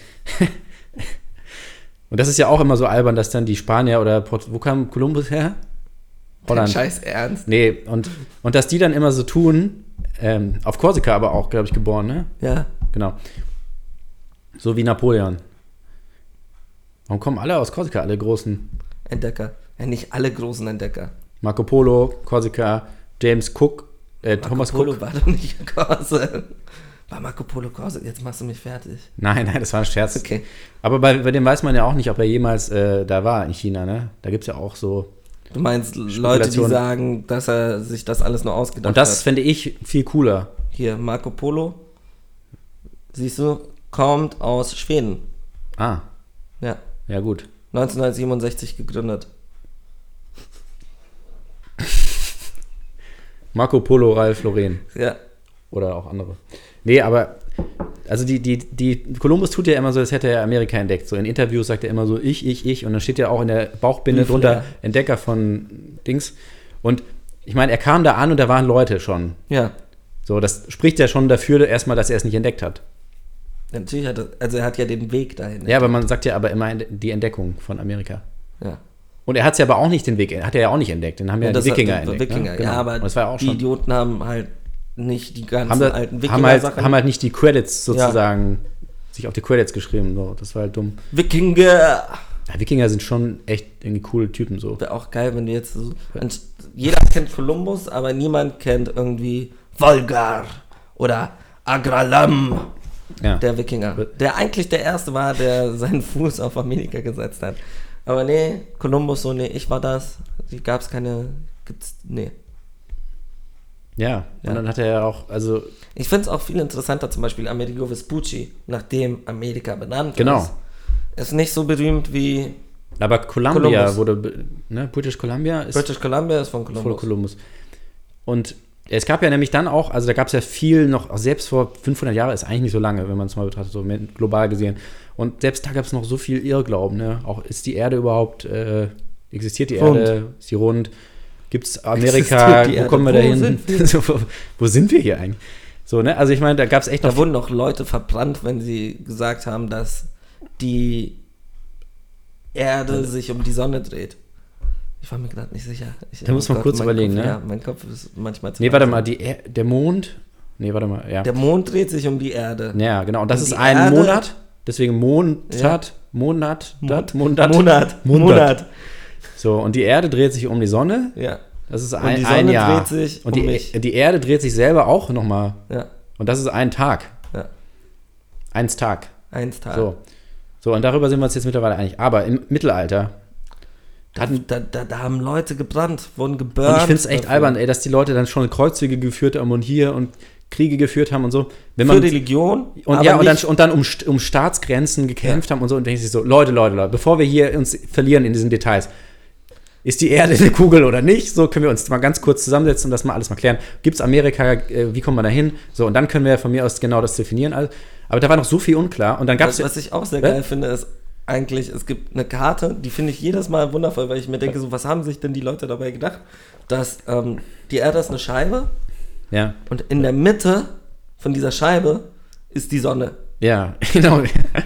Und das ist ja auch immer so albern, dass dann die Spanier oder Port wo kam Kolumbus her? Holland. Scheiß Ernst. Nee, und, und dass die dann immer so tun, ähm, auf Korsika aber auch, glaube ich, geboren, ne? Ja. Genau. So wie Napoleon. Warum kommen alle aus Korsika, alle großen? Entdecker. Ja, nicht alle großen Entdecker. Marco Polo, Korsika, James Cook, äh, Marco Thomas Polo Cook. war doch nicht Korse. War Marco Polo Korse? Jetzt machst du mich fertig. Nein, nein, das war ein Scherz. Okay. Aber bei, bei dem weiß man ja auch nicht, ob er jemals äh, da war in China, ne? Da gibt es ja auch so. Du meinst Leute, die Spekulation. sagen, dass er sich das alles nur ausgedacht Und das hat. fände ich viel cooler. Hier, Marco Polo, siehst du, kommt aus Schweden. Ah, Ja, ja gut. neunzehnhundertsiebenundsechzig gegründet. Marco Polo, Ralf Lauren. Ja, Oder auch andere. Nee, aber also die, die, die Kolumbus tut ja immer so, als hätte er Amerika entdeckt. So in Interviews sagt er immer so, ich, ich, ich. Und dann steht ja auch in der Bauchbinde Wie drunter früher. Entdecker von Dings. Und ich meine, er kam da an und da waren Leute schon. Ja. So, das spricht ja schon dafür erstmal, dass er es nicht entdeckt hat. Natürlich hat er, also er hat ja den Weg dahin. Ja, aber man sagt ja aber immer die Entdeckung von Amerika. Ja. Und er hat es ja aber auch nicht den Weg, hat er ja auch nicht entdeckt, den haben ja, ja die Wikinger entdeckt. Wikinger, ne? Genau. Ja, aber das war ja auch die schon, Idioten haben halt nicht die ganzen haben da, alten Wikinger-Sachen. Haben halt, haben halt nicht die Credits sozusagen, ja. sich auf die Credits geschrieben, so. Das war halt dumm. Wikinger! Ja, Wikinger sind schon echt irgendwie coole Typen, so. Wäre auch geil, wenn du jetzt so, jeder kennt Kolumbus, aber niemand kennt irgendwie Volgar oder Agralam. Ja. Der Wikinger. Der eigentlich der Erste war, der seinen Fuß auf Amerika gesetzt hat. Aber nee, Kolumbus so, nee, ich war das. Die gab es keine, gibt's, nee. Ja, und ja. dann hat er ja auch, also... Ich finde es auch viel interessanter, zum Beispiel Amerigo Vespucci, nachdem Amerika benannt genau. ist. Ist nicht so berühmt wie... Aber Columbia Columbus. wurde, ne, British Columbia ist... British Columbia ist von Columbus. Von Columbus. Und es gab ja nämlich dann auch, also da gab es ja viel noch, auch selbst vor fünfhundert Jahren ist eigentlich nicht so lange, wenn man es mal betrachtet, so global gesehen. Und selbst da gab es noch so viel Irrglauben, ne? Auch ist die Erde überhaupt, äh, existiert die rund. Erde, ist die rund? Gibt es Amerika, wo Erde? kommen wir da hin? so, wo, wo sind wir hier eigentlich? So, ne? Also ich meine, da gab es echt noch... Da wurden noch Leute verbrannt, wenn sie gesagt haben, dass die Erde sich um die Sonne dreht. Ich war mir gerade nicht sicher. Ich, da muss man Gott, kurz überlegen, Kopf, ne? Ja, mein Kopf ist manchmal zu Nee, warte mal, die er- der Mond... Nee, warte mal, ja. Der Mond dreht sich um die Erde. Ja, genau. Und das und ist ein Erde, Monat. Deswegen Monat, ja. Monat, Monat, Monat, Monat, Monat. So, und die Erde dreht sich um die Sonne. Ja. Das ist und ein, die Sonne ein Jahr. dreht sich und um die, mich. die Erde dreht sich selber auch nochmal. Ja. Und das ist ein Tag. Ja. Eins Tag. Eins Tag. So. So, und darüber sind wir uns jetzt mittlerweile einig. Aber im Mittelalter Da, da, da, da haben Leute gebrannt, wurden geburnt. Und ich finde es echt dafür. albern, ey, dass die Leute dann schon Kreuzzüge geführt haben und hier und Kriege geführt haben und so. Wenn man, Für Religion. Und ja, und dann, und dann um, um Staatsgrenzen gekämpft ja. haben und so. Und denke ich so, Leute, Leute, Leute, bevor wir hier uns verlieren in diesen Details, ist die Erde eine Kugel oder nicht? So können wir uns mal ganz kurz zusammensetzen und das mal alles mal klären. Gibt es Amerika, äh, wie kommt man da hin? So, und dann können wir von mir aus genau das definieren. Also, aber da war noch so viel unklar. Und dann gab's was, was ich auch sehr äh? geil finde, ist eigentlich, es gibt eine Karte, die finde ich jedes Mal wundervoll, weil ich mir denke, so, was haben sich denn die Leute dabei gedacht? Dass ähm, die Erde ist eine Scheibe. Ja. Und in der Mitte von dieser Scheibe ist die Sonne. Ja, genau.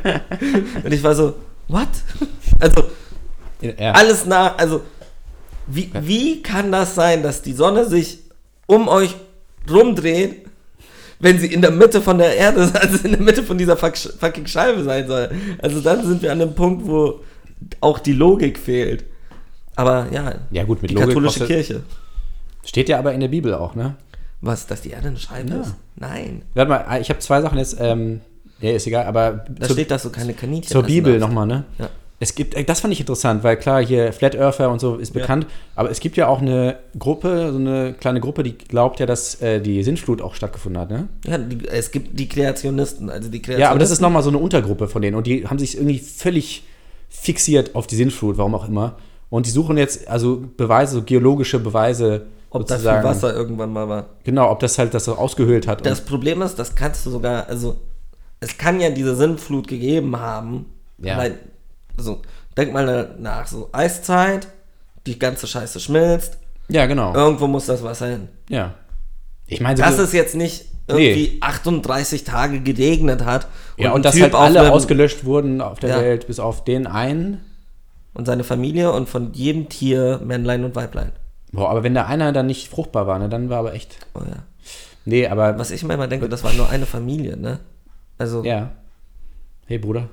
Und ich war so, what? Also, ja. alles nah, also, wie, ja. wie kann das sein, dass die Sonne sich um euch rumdreht, wenn sie in der Mitte von der Erde, also in der Mitte von dieser fucking Scheibe sein soll? Also dann sind wir an dem Punkt, wo auch die Logik fehlt. Aber ja, ja gut, mit die Logik katholische Kirche. Steht ja aber in der Bibel auch, ne? Was, dass die Erde eine Scheibe ja. ist? Nein. Warte mal, ich habe zwei Sachen jetzt, ähm, ja, ist egal, aber... Da zur, steht, dass du keine Kaninchen Zur Bibel nochmal, ne? Ja. Es gibt, das fand ich interessant, weil klar, hier Flat Earther und so ist bekannt, ja. aber es gibt ja auch eine Gruppe, so eine kleine Gruppe, die glaubt ja, dass äh, die Sintflut auch stattgefunden hat, ne? Ja, die, es gibt die Kreationisten, also die Kreationisten. Ja, aber das ist nochmal so eine Untergruppe von denen und die haben sich irgendwie völlig fixiert auf die Sintflut, warum auch immer. Und die suchen jetzt also Beweise, so geologische Beweise, ob das viel Wasser irgendwann mal war. Genau, ob das halt das ausgehöhlt hat. Das Problem ist, das kannst du sogar, also es kann ja diese Sintflut gegeben haben, ja. weil, also denk mal nach, so Eiszeit, die ganze Scheiße schmilzt. Ja, genau. Irgendwo muss das Wasser hin. Ja. Ich meine, so dass es jetzt nicht irgendwie nee. achtunddreißig Tage geregnet hat. Und ja, und dass halt alle einem, ausgelöscht wurden auf der ja. Welt, bis auf den einen. Und seine Familie und von jedem Tier Männlein und Weiblein. Boah, aber wenn der einer dann nicht fruchtbar war, ne, dann war aber echt... Oh ja. Nee, aber... Was ich mir immer denke, das war nur eine Familie, ne? Also... Ja. Hey, Bruder.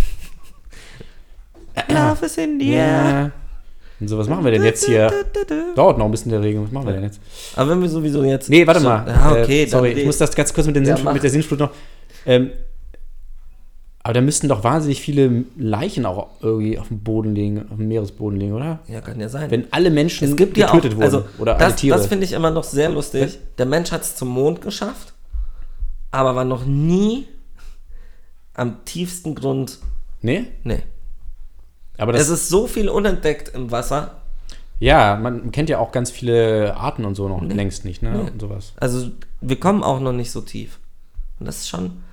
Love is in the air. Und so, was machen wir denn jetzt hier? Dauert noch ein bisschen der Regelung. Was machen wir denn jetzt? Aber wenn wir sowieso jetzt... Nee, warte mal. Ah, okay. Äh, sorry, ich muss das ganz kurz mit, den ja, Sinn, mit der Sinnflut noch... Ähm, aber da müssten doch wahnsinnig viele Leichen auch irgendwie auf dem Boden liegen, auf dem Meeresboden liegen, oder? Ja, kann ja sein. Wenn alle Menschen es gibt getötet ja auch, wurden also oder das, alle Tiere. Das finde ich immer noch sehr lustig. Der Mensch hat es zum Mond geschafft, aber war noch nie am tiefsten Grund... Nee? Nee. Aber das es ist so viel unentdeckt im Wasser. Ja, man kennt ja auch ganz viele Arten und so noch nee. längst nicht, ne? Nee. Und sowas. Also wir kommen auch noch nicht so tief. Und das ist schon...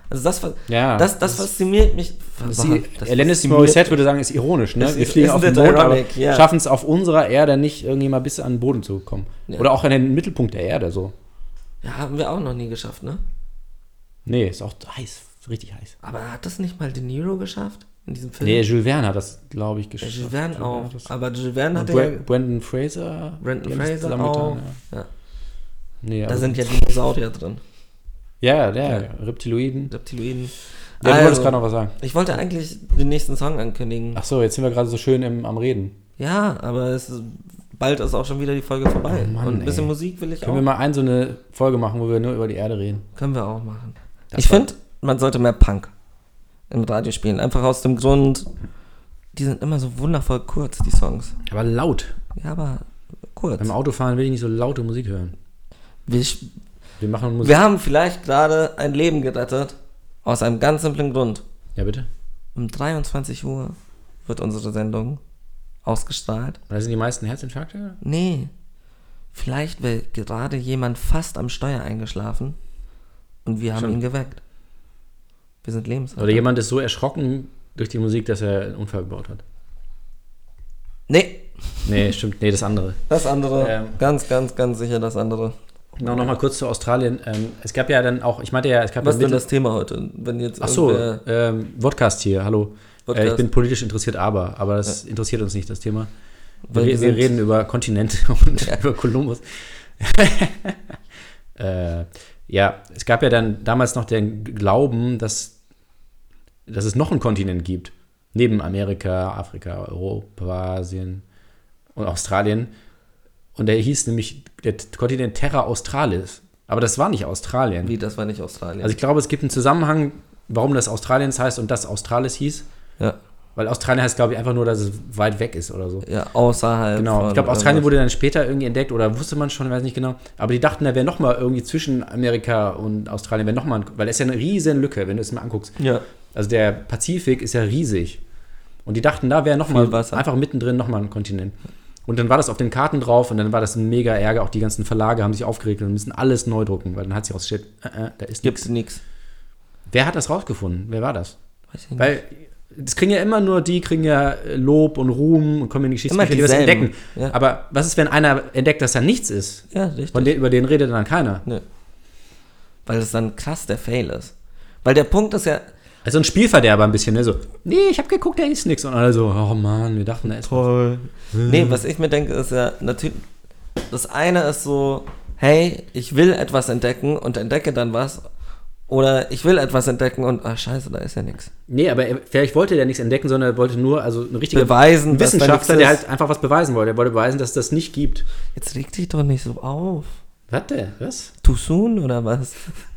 Also das, Ja, das, das, das- fasziniert mich. Sie, Das Alanis fasziniert Morissette mich. würde sagen, ist ironisch, ne? Ist- Wir fliegen isn't auf den it Mond, aber ironic, ja. schaffen es auf unserer Erde nicht, irgendwie mal bis an den Boden zu kommen. Ja. Oder auch an den Mittelpunkt der Erde, so. Ja, haben wir auch noch nie geschafft, ne? Nee, ist auch heiß, richtig heiß. Aber hat das nicht mal De Niro geschafft? In diesem Film? Nee, Jules Verne hat das, glaube ich, Ja, geschafft. Jules Verne Jules auch. hat das- Aber Jules Verne Und hat ja... Bra- Brendan Fraser. Brendan die haben das Fraser zusammen auch. getan, ja. Ja. Nee, Da aber- sind ja Dinosaurier drin. Ja, der, Ja. Reptiloiden. Reptiloiden. Ja, du Also, wolltest gerade noch was sagen. Ich wollte eigentlich den nächsten Song ankündigen. Ach so, jetzt sind wir gerade so schön im, am Reden. Ja, aber es ist, bald ist auch schon wieder die Folge vorbei. Oh Mann, Und ein bisschen ey. Musik will ich Können auch. wir mal ein so eine Folge machen, wo wir nur über die Erde reden? Können wir auch machen. Das ich war- finde, man sollte mehr Punk im Radio spielen. Einfach aus dem Grund, die sind immer so wundervoll kurz, die Songs. Aber laut. Ja, aber kurz. Beim Autofahren will ich nicht so laute Musik hören. Wir, Wir machen Musik. wir haben vielleicht gerade ein Leben gerettet, aus einem ganz simplen Grund. Ja, bitte? Um dreiundzwanzig Uhr wird unsere Sendung ausgestrahlt. Da sind die meisten Herzinfarkte? Nee, vielleicht wäre gerade jemand fast am Steuer eingeschlafen und wir haben Stimmt. ihn geweckt. Wir sind lebensretter. Oder jemand ist so erschrocken durch die Musik, dass er einen Unfall gebaut hat. Nee, Nee, stimmt. Nee, das andere. das andere. Ähm. Ganz, ganz, ganz sicher das andere. Genau, nochmal kurz zu Australien. Ähm, es gab ja dann auch, ich meinte ja, es gab Was ja ist denn Mittel- das Thema heute? Wenn jetzt Ach so, irgendwer- ähm, Vodcast hier, hallo. Podcast. Äh, ich bin politisch interessiert, aber, aber das interessiert uns nicht, das Thema. Weil wir, wir wir sind- reden über Kontinente und Ja. über Kolumbus. äh, ja, es gab ja dann damals noch den Glauben, dass, dass es noch einen Kontinent gibt. Neben Amerika, Afrika, Europa, Asien und Australien. Und der hieß nämlich der Kontinent Terra Australis. Aber das war nicht Australien. Wie, das war nicht Australien. Also ich glaube, es gibt einen Zusammenhang, warum das Australiens heißt und das Australis hieß. ja, Weil Australien heißt, glaube ich, einfach nur, dass es weit weg ist oder so. ja, außerhalb. Genau, von ich glaube, Australien irgendwas. wurde dann später irgendwie entdeckt oder wusste man schon, ich weiß nicht genau. Aber die dachten, da wäre nochmal irgendwie zwischen Amerika und Australien, wäre nochmal, weil das ist ja eine riesen Lücke, wenn du es mal anguckst. Ja, Also der Pazifik ist ja riesig. Und die dachten, da wäre nochmal Viel Wasser. einfach mittendrin nochmal ein Kontinent. Und dann war das auf den Karten drauf und dann war das ein mega Ärger. Auch die ganzen Verlage haben sich aufgeregt und müssen alles neu drucken, weil dann hat sich rausgestellt, äh, äh, da ist gibt's nichts. nix. Wer hat das rausgefunden? Wer war das? Weiß ich nicht. Weil das kriegen ja immer nur die, kriegen ja Lob und Ruhm und kommen in die Geschichtsbücher, die das dieselben. entdecken. Ja. Aber was ist, wenn einer entdeckt, dass da nichts ist? Ja, richtig. Von den, über den redet dann keiner. Nö. Weil das dann krass der Fail ist. Weil der Punkt ist ja, Also ein Spielverderber ein bisschen, ne? So, nee, ich habe geguckt, da ist nichts. Und alle so, oh Mann, wir dachten, da ist was. toll. Nee, was ich mir denke, ist ja natürlich, das eine ist so, hey, ich will etwas entdecken und entdecke dann was. Oder ich will etwas entdecken und, ach scheiße, da ist ja nichts. Nee, aber er, vielleicht wollte der nichts entdecken, sondern er wollte nur, also ein richtiger Beweisen, ein dass da Wissenschaftler, nichts der ist. halt einfach was beweisen wollte. Er wollte beweisen, dass es das nicht gibt. Jetzt reg dich doch nicht so auf. Warte, was? Too soon oder was?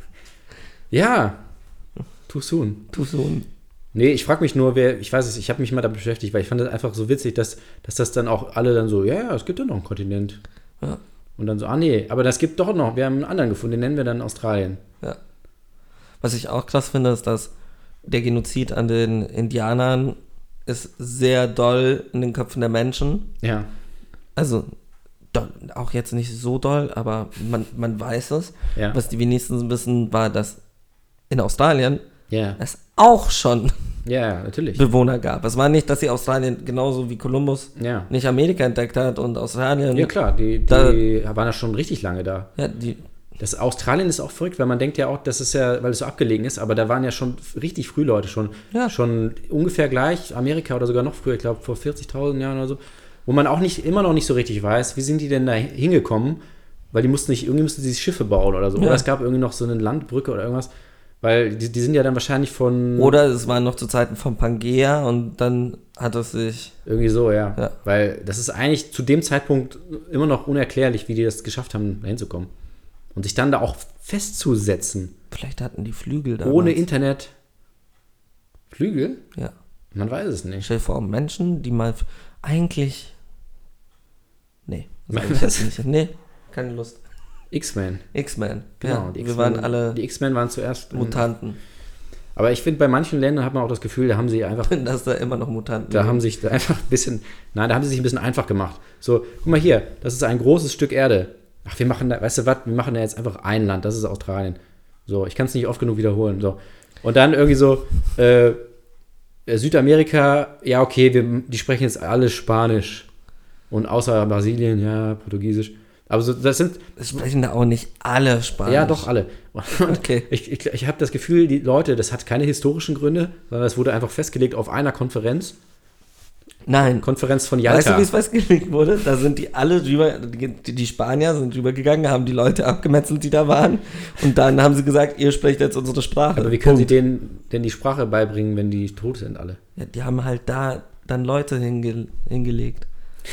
Ja, too soon. Too soon. Nee, ich frage mich nur, wer, ich weiß es, ich habe mich mal damit beschäftigt, weil ich fand das einfach so witzig, dass, dass das dann auch alle dann so, ja, ja, es gibt ja noch einen Kontinent. Ja. Und dann so, ah nee, aber das gibt doch noch, wir haben einen anderen gefunden, den nennen wir dann Australien. Ja. Was ich auch krass finde, ist, dass der Genozid an den Indianern ist sehr doll in den Köpfen der Menschen. Ja. Also doll, auch jetzt nicht so doll, aber man, man weiß es. Ja. Was die wenigstens wissen, war, dass in Australien Ja. es auch schon Ja, natürlich. Bewohner gab. Es war nicht, dass sie Australien genauso wie Kolumbus Ja. nicht Amerika entdeckt hat und Australien. Ja, klar, die, die Da- waren ja schon richtig lange da. Ja, die, Das Australien ist auch verrückt, weil man denkt ja auch, das ist ja, weil es so abgelegen ist, aber da waren ja schon richtig früh Leute schon. Ja. Schon ungefähr gleich, Amerika oder sogar noch früher, ich glaube vor vierzigtausend Jahren oder so, wo man auch nicht, immer noch nicht so richtig weiß, wie sind die denn da hingekommen, weil die mussten nicht, irgendwie mussten sie Schiffe bauen oder so. Ja. Oder es gab irgendwie noch so eine Landbrücke oder irgendwas, weil die, die sind ja dann wahrscheinlich von oder es war noch zu Zeiten von Pangea und dann hat es sich. irgendwie so, ja. Ja. Weil das ist eigentlich zu dem Zeitpunkt immer noch unerklärlich, wie die das geschafft haben, da hinzukommen. Und sich dann da auch festzusetzen, Vielleicht hatten die Flügel damals. ohne Internet. Flügel? Ja. Man weiß es nicht. Stell dir vor, Menschen, die mal f- eigentlich. Nee, sag Was? ich jetzt nicht. Nee, keine Lust. X-Men. X-Men. Genau, Ja, die wir X-Men, waren alle Die X-Men waren zuerst. Mutanten. Aber ich finde, bei manchen Ländern hat man auch das Gefühl, da haben sie einfach. Dass da immer noch Mutanten Da leben. haben sich da einfach ein bisschen. Nein, da haben sie sich ein bisschen einfach gemacht. So, guck mal hier, das ist ein großes Stück Erde. Ach, wir machen da, weißt du was, wir machen da jetzt einfach ein Land, das ist Australien. So, ich kann es nicht oft genug wiederholen. So. Und dann irgendwie so, äh, Südamerika, ja, okay, wir, die sprechen jetzt alle Spanisch. Und außer Brasilien, ja, Portugiesisch. Aber so, das sind. Es sprechen da auch nicht alle Spanisch. Ja, doch, alle. Und Okay. Ich, ich, ich habe das Gefühl, die Leute, das hat keine historischen Gründe, sondern es wurde einfach festgelegt auf einer Konferenz. Nein. Konferenz von Weißt du, Yalta. wie es festgelegt wurde? Da sind die alle drüber, die, die Spanier sind rübergegangen, haben die Leute abgemetzelt, die da waren. Und dann haben sie gesagt, ihr sprecht jetzt unsere Sprache. Aber wie können Punkt. sie denen denn die Sprache beibringen, wenn die tot sind alle? Ja, die haben halt da dann Leute hinge, hingelegt.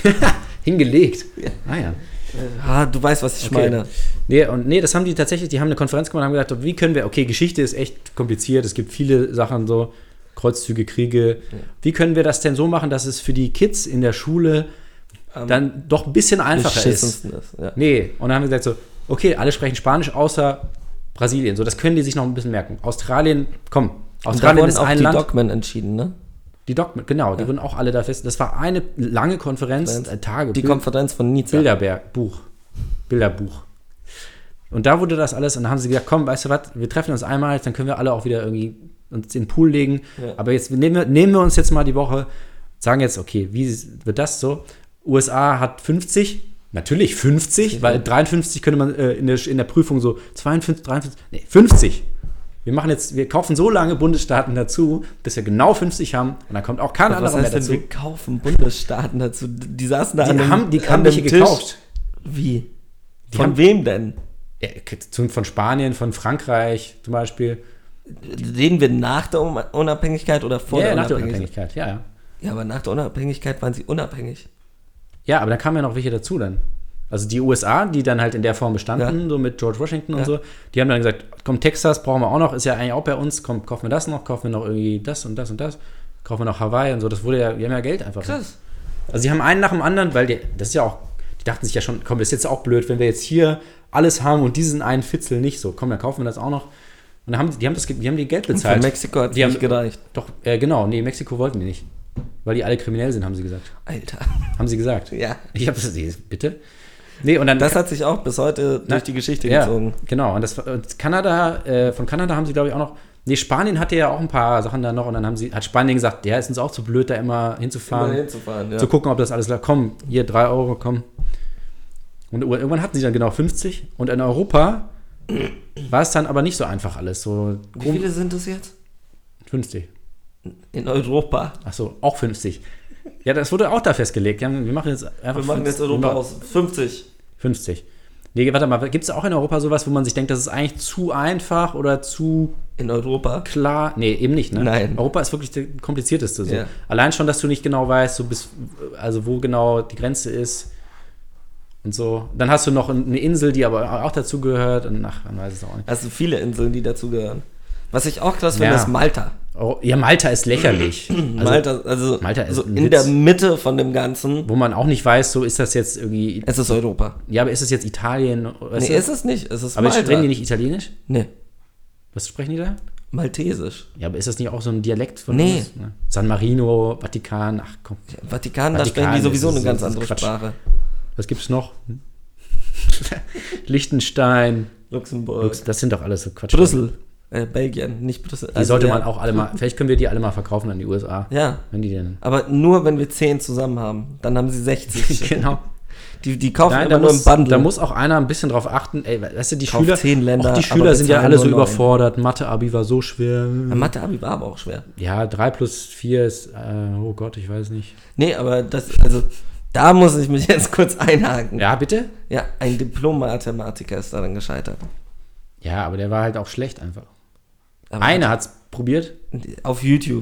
Hingelegt? Ja. Ah ja. Ah, du weißt, was ich Okay. meine. Nee, und nee, das haben die tatsächlich, die haben eine Konferenz gemacht und haben gedacht, wie können wir, okay, Geschichte ist echt kompliziert, es gibt viele Sachen so, Kreuzzüge, Kriege. Ja. Wie können wir das denn so machen, dass es für die Kids in der Schule Am dann doch ein bisschen einfacher ist? beschissensten ist. Ja. Nee, und dann haben wir gesagt so, okay, alle sprechen Spanisch außer Brasilien. So, das können die sich noch ein bisschen merken. Australien, komm, Und da Australien wurden ist auch ein die Land. Dogmen entschieden, ne? Die Dogmen, genau, die Ja. wurden auch alle da fest. Das war eine lange Konferenz, Konferenz. äh, Tage. Die Bild- Konferenz von Nizza. Bilderberg, Buch. Bilderbuch. Und da wurde das alles, und dann haben sie gesagt, komm, weißt du was, wir treffen uns einmal, dann können wir alle auch wieder irgendwie uns in den Pool legen. Ja. Aber jetzt nehmen wir, nehmen wir uns jetzt mal die Woche, sagen jetzt, okay, wie wird das so? U S A hat fünfzig, natürlich fünfzig, Ja. weil dreiundfünfzig könnte man äh, in, der, in der Prüfung so zweiundfünfzig, dreiundfünfzig, nee, fünfzig. Wir machen jetzt, wir kaufen so lange Bundesstaaten dazu, bis wir genau fünfzig haben und dann kommt auch kein Aber was anderer mehr heißt denn, dazu. wir kaufen Bundesstaaten dazu? Die saßen da Die an einem, haben, die an haben einem welche Tisch. gekauft. Wie? Die Von haben- wem denn? Ja, zum- von Spanien, von Frankreich zum Beispiel. Reden wir nach der Um- Unabhängigkeit oder vor Ja, der nach der Unabhängigkeit? Unabhängigkeit, ja, ja. Ja, aber nach der Unabhängigkeit waren sie unabhängig. Ja, aber da kamen ja noch welche dazu dann. Also die U S A, die dann halt in der Form bestanden, Ja. so mit George Washington und Ja. so, die haben dann gesagt, komm, Texas brauchen wir auch noch, ist ja eigentlich auch bei uns, komm, kaufen wir das noch, kaufen wir noch irgendwie das und das und das, kaufen wir noch Hawaii und so, das wurde ja, die haben ja Geld einfach. Krass. Also die haben einen nach dem anderen, weil die, das ist ja auch, die dachten sich ja schon, komm, das ist jetzt auch blöd, wenn wir jetzt hier alles haben und diesen einen Fitzel nicht, so, komm, dann kaufen wir das auch noch. Und dann haben, die haben das, die haben die Geld Und für bezahlt. Mexiko hat es Die haben- nicht gereicht. Doch, äh, genau, nee, Mexiko wollten die nicht. Weil die alle kriminell sind, haben sie gesagt. Alter. Haben sie gesagt. Ja. Ich habe das, bitte? Nee, und dann. Das hat sich auch bis heute Na, durch die Geschichte ja, gezogen. genau. Und das und Kanada, äh, von Kanada haben sie, glaube ich, auch noch. Nee, Spanien hatte ja auch ein paar Sachen da noch und dann haben sie, hat Spanien gesagt, ja, ist uns auch zu blöd, da immer hinzufahren. Immer hinzufahren, ja. Zu gucken, ob das alles klar. Komm, hier drei Euro, komm. Und irgendwann hatten sie dann genau fünfzig. Und in Europa war es dann aber nicht so einfach alles. So Wie viele sind es jetzt? fünfzig. In Europa. Ach so, auch fünfzig. Ja, das wurde auch da festgelegt. Ja, wir machen jetzt einfach Wir machen jetzt fünfzig. Europa Wir machen aus. fünfzig. fünfzig. Nee, warte mal, gibt es auch in Europa sowas, wo man sich denkt, das ist eigentlich zu einfach oder zu In Europa? klar? Nee, eben nicht, ne? Nein. Europa ist wirklich der komplizierteste. So. Ja. Allein schon, dass du nicht genau weißt, so bis, also wo genau die Grenze ist und so. Dann hast du noch eine Insel, die aber auch dazu gehört und ach, man weiß es auch nicht. Also viele Inseln, die dazugehören. Was ich auch krass finde, Ja. ist Malta. Oh, ja, Malta ist lächerlich. Also, Malta, also Malta ist so ein in Witz. der Mitte von dem Ganzen. wo man auch nicht weiß, so ist das jetzt irgendwie, Es ist Europa. ja, aber ist es jetzt Italien? Weißt Nee, du? ist es nicht. Es ist aber Malta. sprechen die nicht Italienisch? Nee, Was sprechen die da? Maltesisch. Ja, aber ist das nicht auch so ein Dialekt von Nee. uns? Ne? San Marino, Vatikan, ach komm. Vatikan, da Vatikan, sprechen die sowieso das ist- eine ganz das ist andere Quatsch. Sprache. Was gibt's noch? Hm? Liechtenstein, Luxemburg. Lux, das sind doch alles so Quatsch. Brüssel. Äh, Belgien, nicht Brüssel. Die sollte man auch alle mal, vielleicht können wir die alle mal verkaufen an die U S A. Ja, Wenn die denn. aber nur wenn wir zehn zusammen haben. Dann haben sie sechzig. Genau. Die, die kaufen Nein, immer da nur muss, im Bundle. da muss auch einer ein bisschen drauf achten. Ey, weißt du, die Kauf Schüler, zehn Länder, auch die aber Schüler sind ja bezahlen alle so nur neun. überfordert. Mathe-Abi war so schwer. Ja, Mathe-Abi war aber auch schwer. Ja, drei plus vier ist, äh, oh Gott, ich weiß nicht. Nee, aber das, also, da muss ich mich jetzt kurz einhaken. Ja, bitte? Ja, ein Diplom-Mathematiker ist daran gescheitert. Ja, aber der war halt auch schlecht einfach. Aber Einer hat's probiert. auf YouTube.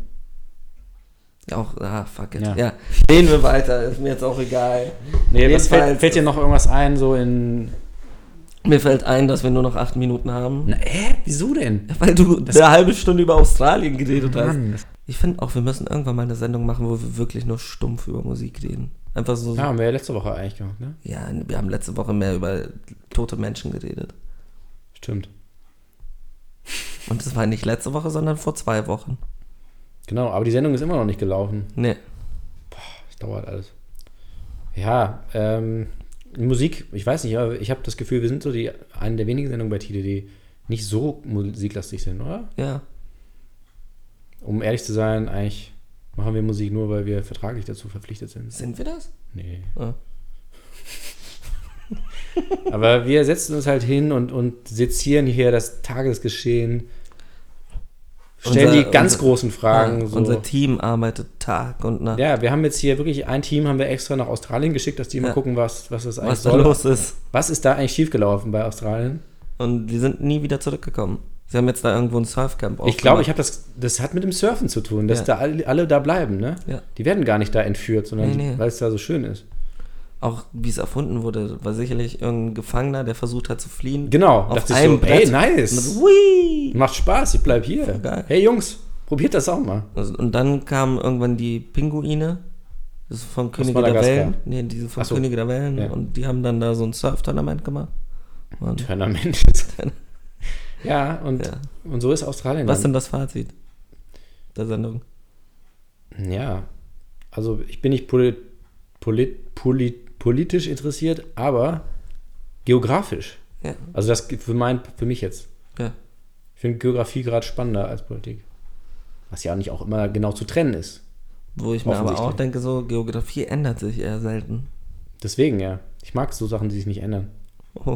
Auch, ah, fuck it. Ja. Ja. Reden wir weiter, ist mir jetzt auch egal. Nee, was Jedenfalls- fällt, fällt dir noch irgendwas ein, so in. Mir fällt ein, dass wir nur noch acht Minuten haben. Na, hä? Wieso denn? Weil du eine halbe Stunde über Australien geredet hast. Mann, das- Ich finde auch, wir müssen irgendwann mal eine Sendung machen, wo wir wirklich nur stumpf über Musik reden. Einfach so. Ja, haben wir ja letzte Woche eigentlich gemacht, ne? Ja, wir haben letzte Woche mehr über tote Menschen geredet. Stimmt. Und das war nicht letzte Woche, sondern vor zwei Wochen. Genau, aber die Sendung ist immer noch nicht gelaufen. Nee. Das dauert alles. Ja, ähm, Musik, ich weiß nicht, aber ich habe das Gefühl, wir sind so die eine der wenigen Sendungen bei Tide, die nicht so musiklastig sind, oder? Ja. um ehrlich zu sein, eigentlich machen wir Musik nur, weil wir vertraglich dazu verpflichtet sind. Sind wir das? Nee. Ah. Aber wir setzen uns halt hin und, und sezieren hier das Tagesgeschehen, stellen Unser- die ganz unser- großen Fragen. Ja, so. Unser Team arbeitet Tag und Nacht. Ja, wir haben jetzt hier wirklich ein Team, haben wir extra nach Australien geschickt, dass die mal Ja. gucken, was, was das eigentlich Was da soll. los ist. Was ist da eigentlich schiefgelaufen bei Australien? Und die sind nie wieder zurückgekommen. Sie haben jetzt da irgendwo ein Surfcamp Ich glaube, ich habe das, das hat mit dem Surfen zu tun, dass Ja. da alle, alle da bleiben, ne? Ja. Die werden gar nicht da entführt, sondern Nee, nee. weil es da so schön ist. Auch wie es erfunden wurde, war sicherlich irgendein Gefangener, der versucht hat zu fliehen. Genau, Auf dachte ich einem so, ey, Brett. nice, Und Hui! macht Spaß, ich bleib hier. Geil. Hey Jungs, probiert das auch mal. Also, und dann kamen irgendwann die Pinguine, das ist von Könige der Madagaskar. Wellen. Nee, diese von Ach so. Könige der Wellen. Ja. Und die haben dann da so ein Surf-Tournament gemacht. Und Tournament. Ja, und, Ja. und so ist Australien. was ist dann. denn das Fazit der Sendung? Ja, also ich bin nicht polit, polit, polit, politisch interessiert, aber geografisch. Ja. Also das für, mein, für mich jetzt. Ja. Ich finde Geografie gerade spannender als Politik. Was ja auch nicht auch immer genau zu trennen ist. Wo ich mir aber auch Offensichtlich. denke, so Geografie ändert sich eher selten. Deswegen, ja. Ich mag so Sachen, die sich nicht ändern. Oh.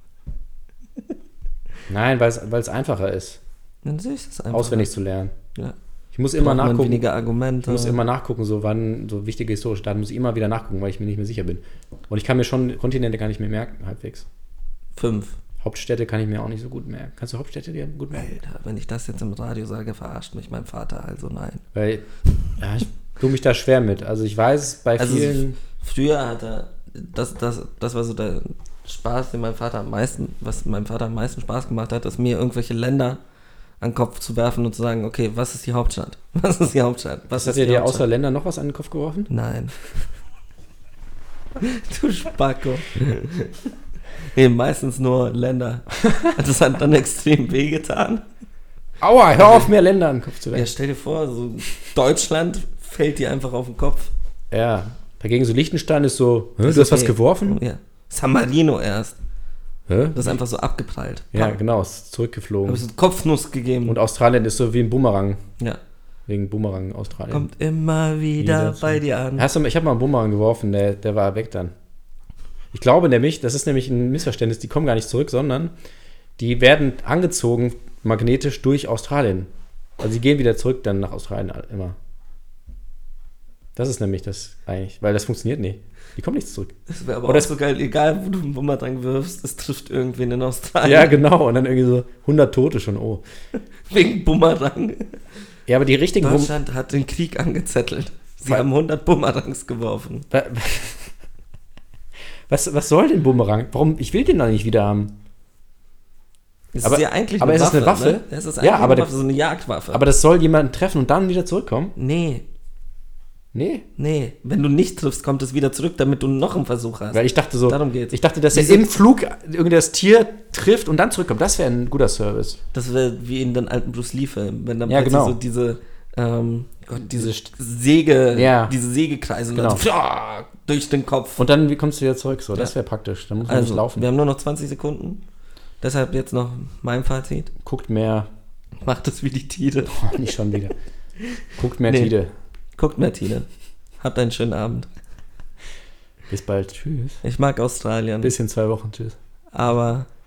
Nein, weil es, weil es einfacher ist, Dann sehe ich das einfach. auswendig zu lernen. Ja. Ich muss immer Braucht man nachgucken. weniger Argumente. Ich muss immer nachgucken, so wann so wichtige historische Daten muss ich immer wieder nachgucken, weil ich mir nicht mehr sicher bin. Und ich kann mir schon Kontinente gar nicht mehr merken, halbwegs. Fünf. Hauptstädte kann ich mir auch nicht so gut merken. Kannst du Hauptstädte dir gut merken? Alter, wenn ich das jetzt im Radio sage, verarscht mich mein Vater, also nein. Weil ja, ich tue mich da schwer mit. Also ich weiß, bei Also vielen. früher hat er, das, das, das war so der Spaß, den mein Vater am meisten, was meinem Vater am meisten Spaß gemacht hat, ist mir irgendwelche Länder an den Kopf zu werfen und zu sagen, okay, was ist die Hauptstadt? Was ist die Hauptstadt? Was Was ist hat er die dir Hauptstadt? außer Ländern noch was an den Kopf geworfen? Nein. Du Spacko. Nee, meistens nur Länder. Das hat dann extrem wehgetan. Aua, hör auf, mehr Länder an den Kopf zu Ja, werfen. stell dir vor, so Deutschland fällt dir einfach auf den Kopf. Ja. Dagegen so Liechtenstein ist so, hä, Das du hast ist was okay. geworfen? Ja. San Marino erst. Hä? Das ist einfach so abgeprallt. Ja, Pam. genau, ist Hab zurückgeflogen. ich so einen Kopfnuss gegeben. Und Australien ist so wie ein Bumerang. Ja. Wegen Bumerang Australien. Kommt immer wieder Wieder bei so. dir an. Hast du, ich habe mal einen Bumerang geworfen, der, der war weg dann. Ich glaube nämlich, das ist nämlich ein Missverständnis, die kommen gar nicht zurück, sondern die werden angezogen magnetisch durch Australien. Also die gehen wieder zurück dann nach Australien immer. Das ist nämlich das eigentlich, weil das funktioniert nicht. Die kommen nicht zurück. Das wäre aber Oder auch so geil, egal wo du einen Bumerang wirfst, es trifft irgendwen in Australien. Ja, genau. Und dann irgendwie so hundert Tote schon, oh. Wegen Bumerang. Ja, aber die richtigen Bum- Deutschland hat den Krieg angezettelt. Sie Weil- haben hundert Bumerangs geworfen. Was, was soll denn Bumerang? Warum? Ich will den doch nicht wieder haben. Es Aber- ist ja eigentlich aber eine ist es eine Waffe? Ne? Es ist Ja, eigentlich aber eine der- Waffe, so eine Jagdwaffe. Aber das soll jemanden treffen und dann wieder zurückkommen? nee, Nee. nee. Wenn du nicht triffst, kommt es wieder zurück, damit du noch einen Versuch hast. Weil ich dachte so, Darum geht's. ich dachte, dass er Diese- im Flug irgendwie das Tier trifft und dann zurückkommt. Das wäre ein guter Service. Das wäre wie in den alten Bruce Lee-Filmen, wenn dann Ja, plötzlich genau. so diese, ähm, Gott, diese Diese St- Säge, Ja. diese Sägekreise Genau. und dann so, durch den Kopf. Und dann wie kommst du wieder zurück. So, das Ja. wäre praktisch. Dann muss man Also, nicht laufen. wir haben nur noch zwanzig Sekunden. Deshalb jetzt noch mein Fazit. Guckt mehr. Macht es wie die Tide. Oh, nicht schon wieder. Guckt mehr Nee. Tide. Guckt mehr Tide. Habt einen schönen Abend. Bis bald. Tschüss. Ich mag Australien, Bis in zwei Wochen. Tschüss. aber